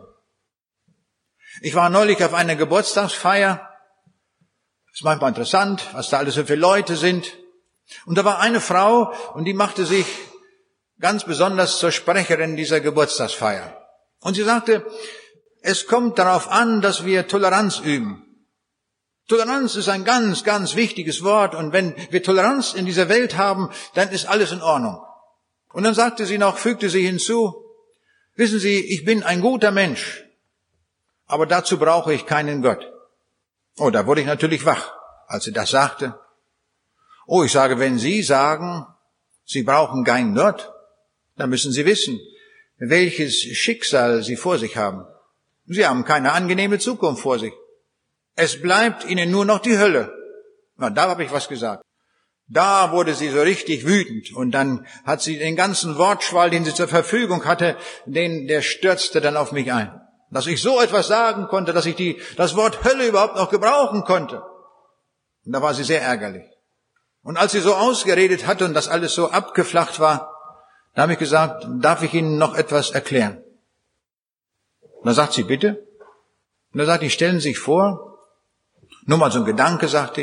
Ich war neulich auf einer Geburtstagsfeier. Ist manchmal interessant, was da alles so viele Leute sind. Und da war eine Frau, und die machte sich ganz besonders zur Sprecherin dieser Geburtstagsfeier. Und sie sagte, es kommt darauf an, dass wir Toleranz üben. Toleranz ist ein ganz, ganz wichtiges Wort. Und wenn wir Toleranz in dieser Welt haben, dann ist alles in Ordnung. Und dann sagte sie noch, fügte sie hinzu, wissen Sie, ich bin ein guter Mensch, aber dazu brauche ich keinen Gott. Oh, da wurde ich natürlich wach, als sie das sagte. Oh, ich sage, wenn Sie sagen, Sie brauchen keinen Gott, dann müssen Sie wissen, welches Schicksal Sie vor sich haben. Sie haben keine angenehme Zukunft vor sich. Es bleibt Ihnen nur noch die Hölle. Na, da habe ich was gesagt. Da wurde sie so richtig wütend. Und dann hat sie den ganzen Wortschwall, den sie zur Verfügung hatte, der stürzte dann auf mich ein. Dass ich so etwas sagen konnte, dass ich das Wort Hölle überhaupt noch gebrauchen konnte. Und da war sie sehr ärgerlich. Und als sie so ausgeredet hatte und das alles so abgeflacht war, da habe ich gesagt, darf ich Ihnen noch etwas erklären? Und da sagt sie, bitte. Und da sagt ich, stellen Sie sich vor, nur mal so ein Gedanke, sagte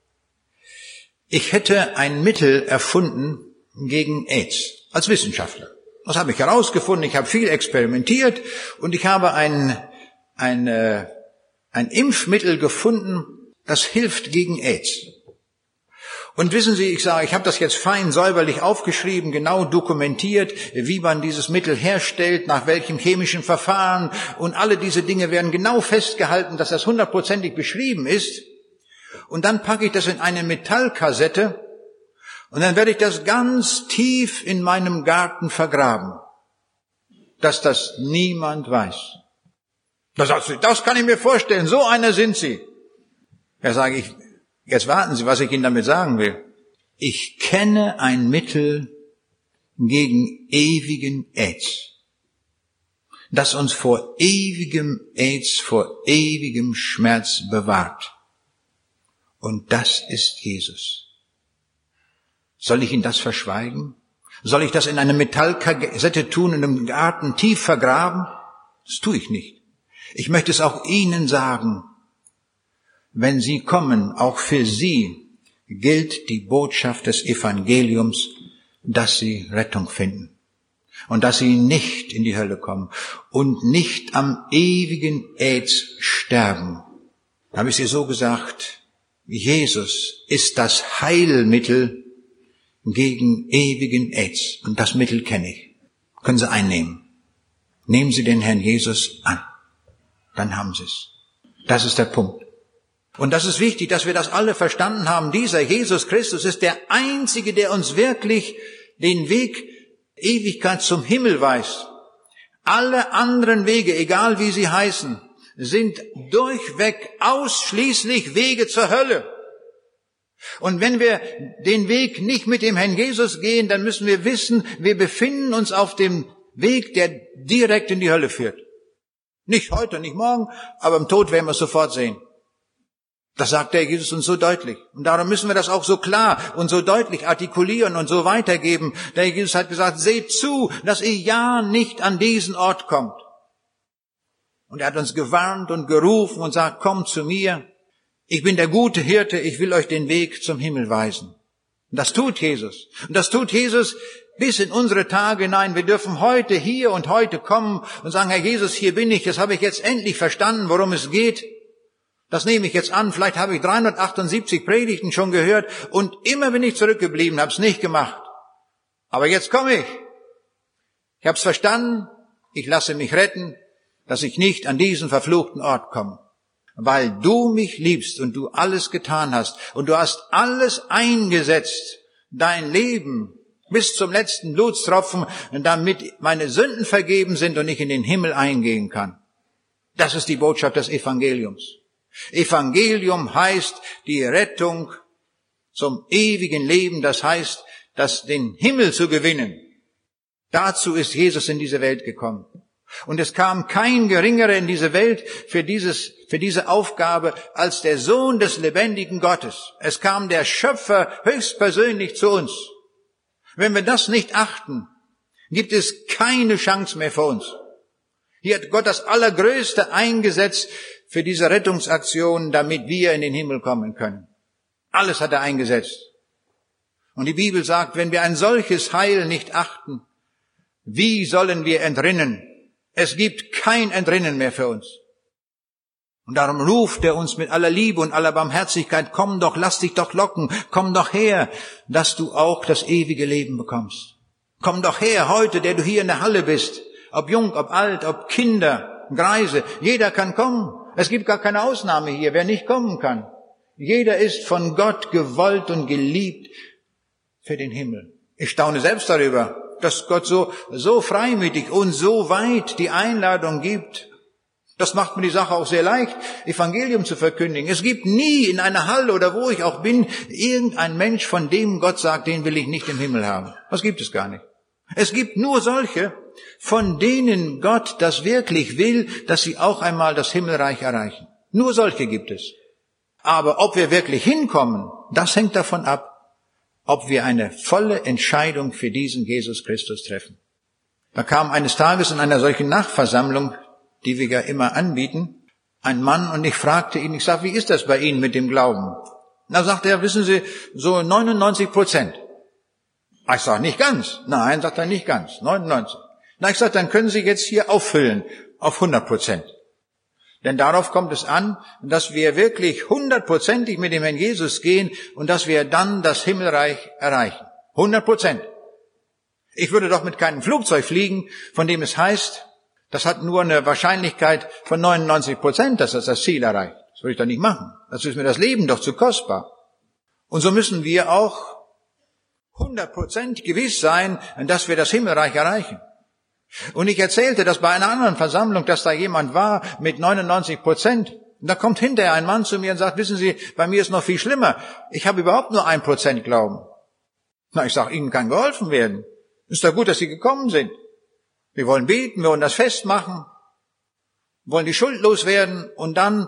ich hätte ein Mittel erfunden gegen AIDS, als Wissenschaftler. Das habe ich herausgefunden, ich habe viel experimentiert und ich habe ein Impfmittel gefunden, das hilft gegen AIDS. Und wissen Sie, ich habe das jetzt fein säuberlich aufgeschrieben, genau dokumentiert, wie man dieses Mittel herstellt, nach welchem chemischen Verfahren und alle diese Dinge werden genau festgehalten, dass das 100%ig beschrieben ist. Und dann packe ich das in eine Metallkassette und dann werde ich das ganz tief in meinem Garten vergraben, dass das niemand weiß. Da sagst du, das kann ich mir vorstellen, so einer sind Sie. Da sage ich, jetzt warten Sie, was ich Ihnen damit sagen will. Ich kenne ein Mittel gegen ewigen AIDS, das uns vor ewigem AIDS, vor ewigem Schmerz bewahrt. Und das ist Jesus. Soll ich Ihnen das verschweigen? Soll ich das in eine Metallkassette tun, in einem Garten tief vergraben? Das tue ich nicht. Ich möchte es auch Ihnen sagen. Wenn Sie kommen, auch für Sie gilt die Botschaft des Evangeliums, dass Sie Rettung finden und dass Sie nicht in die Hölle kommen und nicht am ewigen AIDS sterben. Da habe ich Sie so gesagt, Jesus ist das Heilmittel gegen ewigen AIDS und das Mittel kenne ich. Können Sie einnehmen. Nehmen Sie den Herrn Jesus an. Dann haben Sie es. Das ist der Punkt. Und das ist wichtig, dass wir das alle verstanden haben. Dieser Jesus Christus ist der Einzige, der uns wirklich den Weg Ewigkeit zum Himmel weist. Alle anderen Wege, egal wie sie heißen, sind durchweg ausschließlich Wege zur Hölle. Und wenn wir den Weg nicht mit dem Herrn Jesus gehen, dann müssen wir wissen, wir befinden uns auf dem Weg, der direkt in die Hölle führt. Nicht heute, nicht morgen, aber im Tod werden wir es sofort sehen. Das sagt der Jesus uns so deutlich. Und darum müssen wir das auch so klar und so deutlich artikulieren und so weitergeben. Der Jesus hat gesagt, seht zu, dass ihr ja nicht an diesen Ort kommt. Und er hat uns gewarnt und gerufen und sagt, kommt zu mir. Ich bin der gute Hirte, ich will euch den Weg zum Himmel weisen. Und das tut Jesus. Und das tut Jesus bis in unsere Tage hinein. Wir dürfen heute hier und heute kommen und sagen, Herr Jesus, hier bin ich, das habe ich jetzt endlich verstanden, worum es geht. Das nehme ich jetzt an. Vielleicht habe ich 378 Predigten schon gehört und immer bin ich zurückgeblieben, habe es nicht gemacht. Aber jetzt komme ich. Ich habe es verstanden, ich lasse mich retten, dass ich nicht an diesen verfluchten Ort komme. Weil du mich liebst und du alles getan hast und du hast alles eingesetzt, dein Leben bis zum letzten Blutstropfen, damit meine Sünden vergeben sind und ich in den Himmel eingehen kann. Das ist die Botschaft des Evangeliums. Evangelium heißt die Rettung zum ewigen Leben, das heißt, den Himmel zu gewinnen. Dazu ist Jesus in diese Welt gekommen. Und es kam kein Geringerer in diese Welt für diese Aufgabe als der Sohn des lebendigen Gottes. Es kam der Schöpfer höchstpersönlich zu uns. Wenn wir das nicht achten, gibt es keine Chance mehr für uns. Hier hat Gott das Allergrößte eingesetzt für diese Rettungsaktion, damit wir in den Himmel kommen können. Alles hat er eingesetzt. Und die Bibel sagt, wenn wir ein solches Heil nicht achten, wie sollen wir entrinnen? Es gibt kein Entrinnen mehr für uns. Und darum ruft er uns mit aller Liebe und aller Barmherzigkeit, komm doch, lass dich doch locken, komm doch her, dass du auch das ewige Leben bekommst. Komm doch her, heute, der du hier in der Halle bist, ob jung, ob alt, ob Kinder, Greise, jeder kann kommen. Es gibt gar keine Ausnahme hier, wer nicht kommen kann. Jeder ist von Gott gewollt und geliebt für den Himmel. Ich staune selbst darüber, dass Gott so freimütig und so weit die Einladung gibt. Das macht mir die Sache auch sehr leicht, Evangelium zu verkündigen. Es gibt nie in einer Halle oder wo ich auch bin, irgendein Mensch, von dem Gott sagt, den will ich nicht im Himmel haben. Das gibt es gar nicht. Es gibt nur solche, von denen Gott das wirklich will, dass sie auch einmal das Himmelreich erreichen. Nur solche gibt es. Aber ob wir wirklich hinkommen, das hängt davon ab, ob wir eine volle Entscheidung für diesen Jesus Christus treffen. Da kam eines Tages in einer solchen Nachversammlung, die wir ja immer anbieten, ein Mann und ich fragte ihn, ich sage, wie ist das bei Ihnen mit dem Glauben? Da sagte er, wissen Sie, so 99%. Ich sage, nicht ganz. Nein, sagt er, nicht ganz, 99. Na, ich sage, dann können Sie jetzt hier auffüllen auf 100%. Denn darauf kommt es an, dass wir wirklich 100%ig mit dem Herrn Jesus gehen und dass wir dann das Himmelreich erreichen. 100%. Ich würde doch mit keinem Flugzeug fliegen, von dem es heißt, das hat nur eine Wahrscheinlichkeit von 99%, dass das Ziel erreicht. Das würde ich doch nicht machen. Dazu ist mir das Leben doch zu kostbar. Und so müssen wir auch 100% gewiss sein, dass wir das Himmelreich erreichen. Und ich erzählte das bei einer anderen Versammlung, dass da jemand war mit 99%. Und da kommt hinterher ein Mann zu mir und sagt, wissen Sie, bei mir ist noch viel schlimmer. Ich habe überhaupt nur 1% Glauben. Na, ich sage, Ihnen kann geholfen werden. Ist doch gut, dass Sie gekommen sind. Wir wollen beten, wir wollen das Fest machen, wollen die Schuld loswerden und dann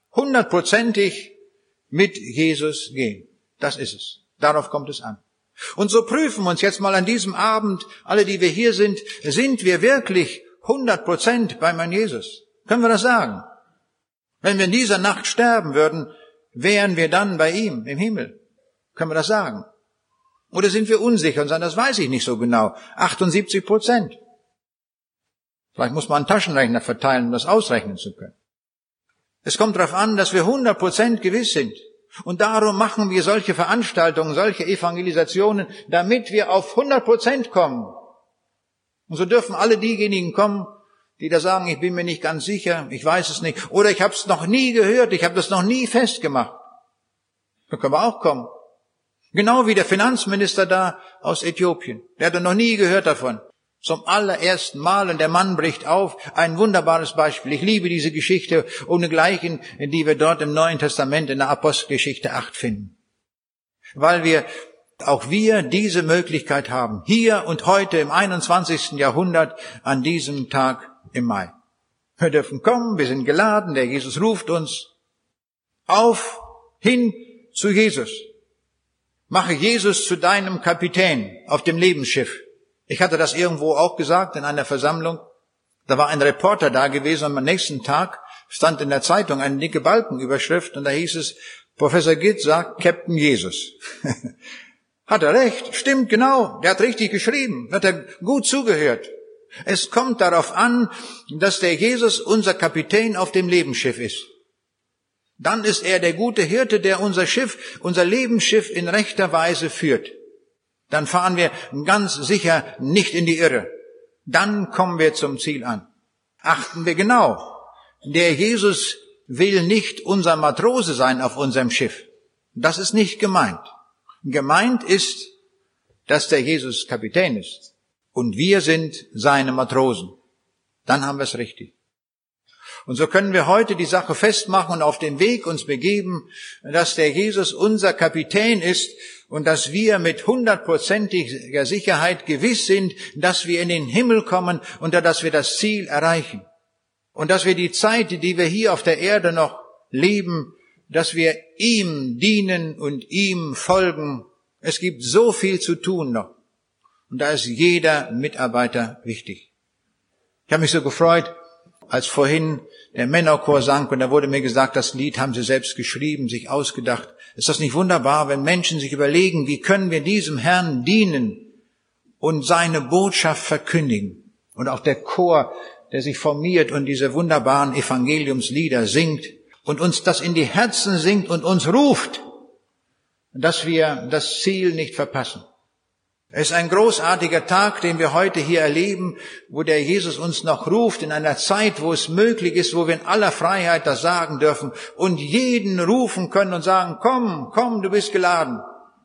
100%ig mit Jesus gehen. Das ist es. Darauf kommt es an. Und so prüfen wir uns jetzt mal an diesem Abend, alle, die wir hier sind wir wirklich 100% beim Herrn Jesus? Können wir das sagen? Wenn wir in dieser Nacht sterben würden, wären wir dann bei ihm im Himmel? Können wir das sagen? Oder sind wir unsicher und sagen, das weiß ich nicht so genau. 78%. Vielleicht muss man einen Taschenrechner verteilen, um das ausrechnen zu können. Es kommt darauf an, dass wir 100% gewiss sind. Und darum machen wir solche Veranstaltungen, solche Evangelisationen, damit wir auf 100% kommen. Und so dürfen alle diejenigen kommen, die da sagen, ich bin mir nicht ganz sicher, ich weiß es nicht, oder ich habe es noch nie gehört, ich habe das noch nie festgemacht. Da können wir auch kommen. Genau wie der Finanzminister da aus Äthiopien. Der hat noch nie gehört davon. Zum allerersten Mal, und der Mann bricht auf. Ein wunderbares Beispiel. Ich liebe diese Geschichte ohnegleichen, die wir dort im Neuen Testament in der Apostelgeschichte 8 finden. Weil auch wir diese Möglichkeit haben, hier und heute im 21. Jahrhundert an diesem Tag im Mai. Wir dürfen kommen, wir sind geladen, der Jesus ruft uns auf, hin zu Jesus. Mache Jesus zu deinem Kapitän auf dem Lebensschiff. Ich hatte das irgendwo auch gesagt in einer Versammlung. Da war ein Reporter da gewesen und am nächsten Tag stand in der Zeitung eine dicke Balkenüberschrift und da hieß es, Professor Gitt sagt Captain Jesus. Hat er recht, stimmt genau, der hat richtig geschrieben, hat er gut zugehört. Es kommt darauf an, dass der Jesus unser Kapitän auf dem Lebensschiff ist. Dann ist er der gute Hirte, der unser Schiff, unser Lebensschiff in rechter Weise führt. Dann fahren wir ganz sicher nicht in die Irre. Dann kommen wir zum Ziel an. Achten wir genau. Der Jesus will nicht unser Matrose sein auf unserem Schiff. Das ist nicht gemeint. Gemeint ist, dass der Jesus Kapitän ist. Und wir sind seine Matrosen. Dann haben wir es richtig. Und so können wir heute die Sache festmachen und auf den Weg uns begeben, dass der Jesus unser Kapitän ist und dass wir mit 100%iger Sicherheit gewiss sind, dass wir in den Himmel kommen und dass wir das Ziel erreichen. Und dass wir die Zeit, die wir hier auf der Erde noch leben, dass wir ihm dienen und ihm folgen. Es gibt so viel zu tun noch. Und da ist jeder Mitarbeiter wichtig. Ich habe mich so gefreut, als vorhin der Männerchor sang und da wurde mir gesagt, das Lied haben sie selbst geschrieben, sich ausgedacht. Ist das nicht wunderbar, wenn Menschen sich überlegen, wie können wir diesem Herrn dienen und seine Botschaft verkündigen? Und auch der Chor, der sich formiert und diese wunderbaren Evangeliumslieder singt und uns das in die Herzen singt und uns ruft, dass wir das Ziel nicht verpassen. Es ist ein großartiger Tag, den wir heute hier erleben, wo der Jesus uns noch ruft, in einer Zeit, wo es möglich ist, wo wir in aller Freiheit das sagen dürfen und jeden rufen können und sagen, komm, komm, du bist geladen.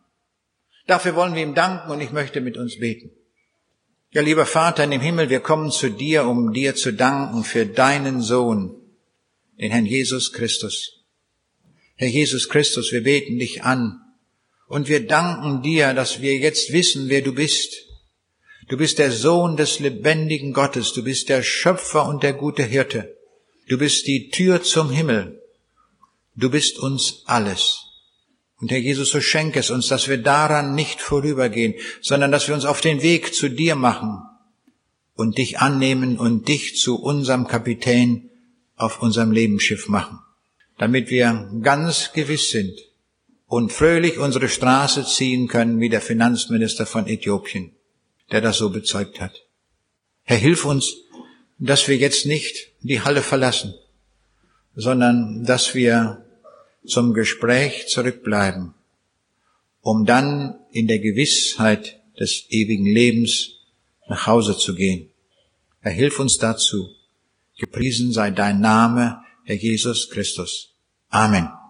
Dafür wollen wir ihm danken und ich möchte mit uns beten. Ja, lieber Vater in dem Himmel, wir kommen zu dir, um dir zu danken für deinen Sohn, den Herrn Jesus Christus. Herr Jesus Christus, wir beten dich an. Und wir danken dir, dass wir jetzt wissen, wer du bist. Du bist der Sohn des lebendigen Gottes. Du bist der Schöpfer und der gute Hirte. Du bist die Tür zum Himmel. Du bist uns alles. Und Herr Jesus, so schenke es uns, dass wir daran nicht vorübergehen, sondern dass wir uns auf den Weg zu dir machen und dich annehmen und dich zu unserem Kapitän auf unserem Lebensschiff machen, damit wir ganz gewiss sind und fröhlich unsere Straße ziehen können, wie der Finanzminister von Äthiopien, der das so bezeugt hat. Herr, hilf uns, dass wir jetzt nicht die Halle verlassen, sondern dass wir zum Gespräch zurückbleiben, um dann in der Gewissheit des ewigen Lebens nach Hause zu gehen. Herr, hilf uns dazu. Gepriesen sei dein Name, Herr Jesus Christus. Amen.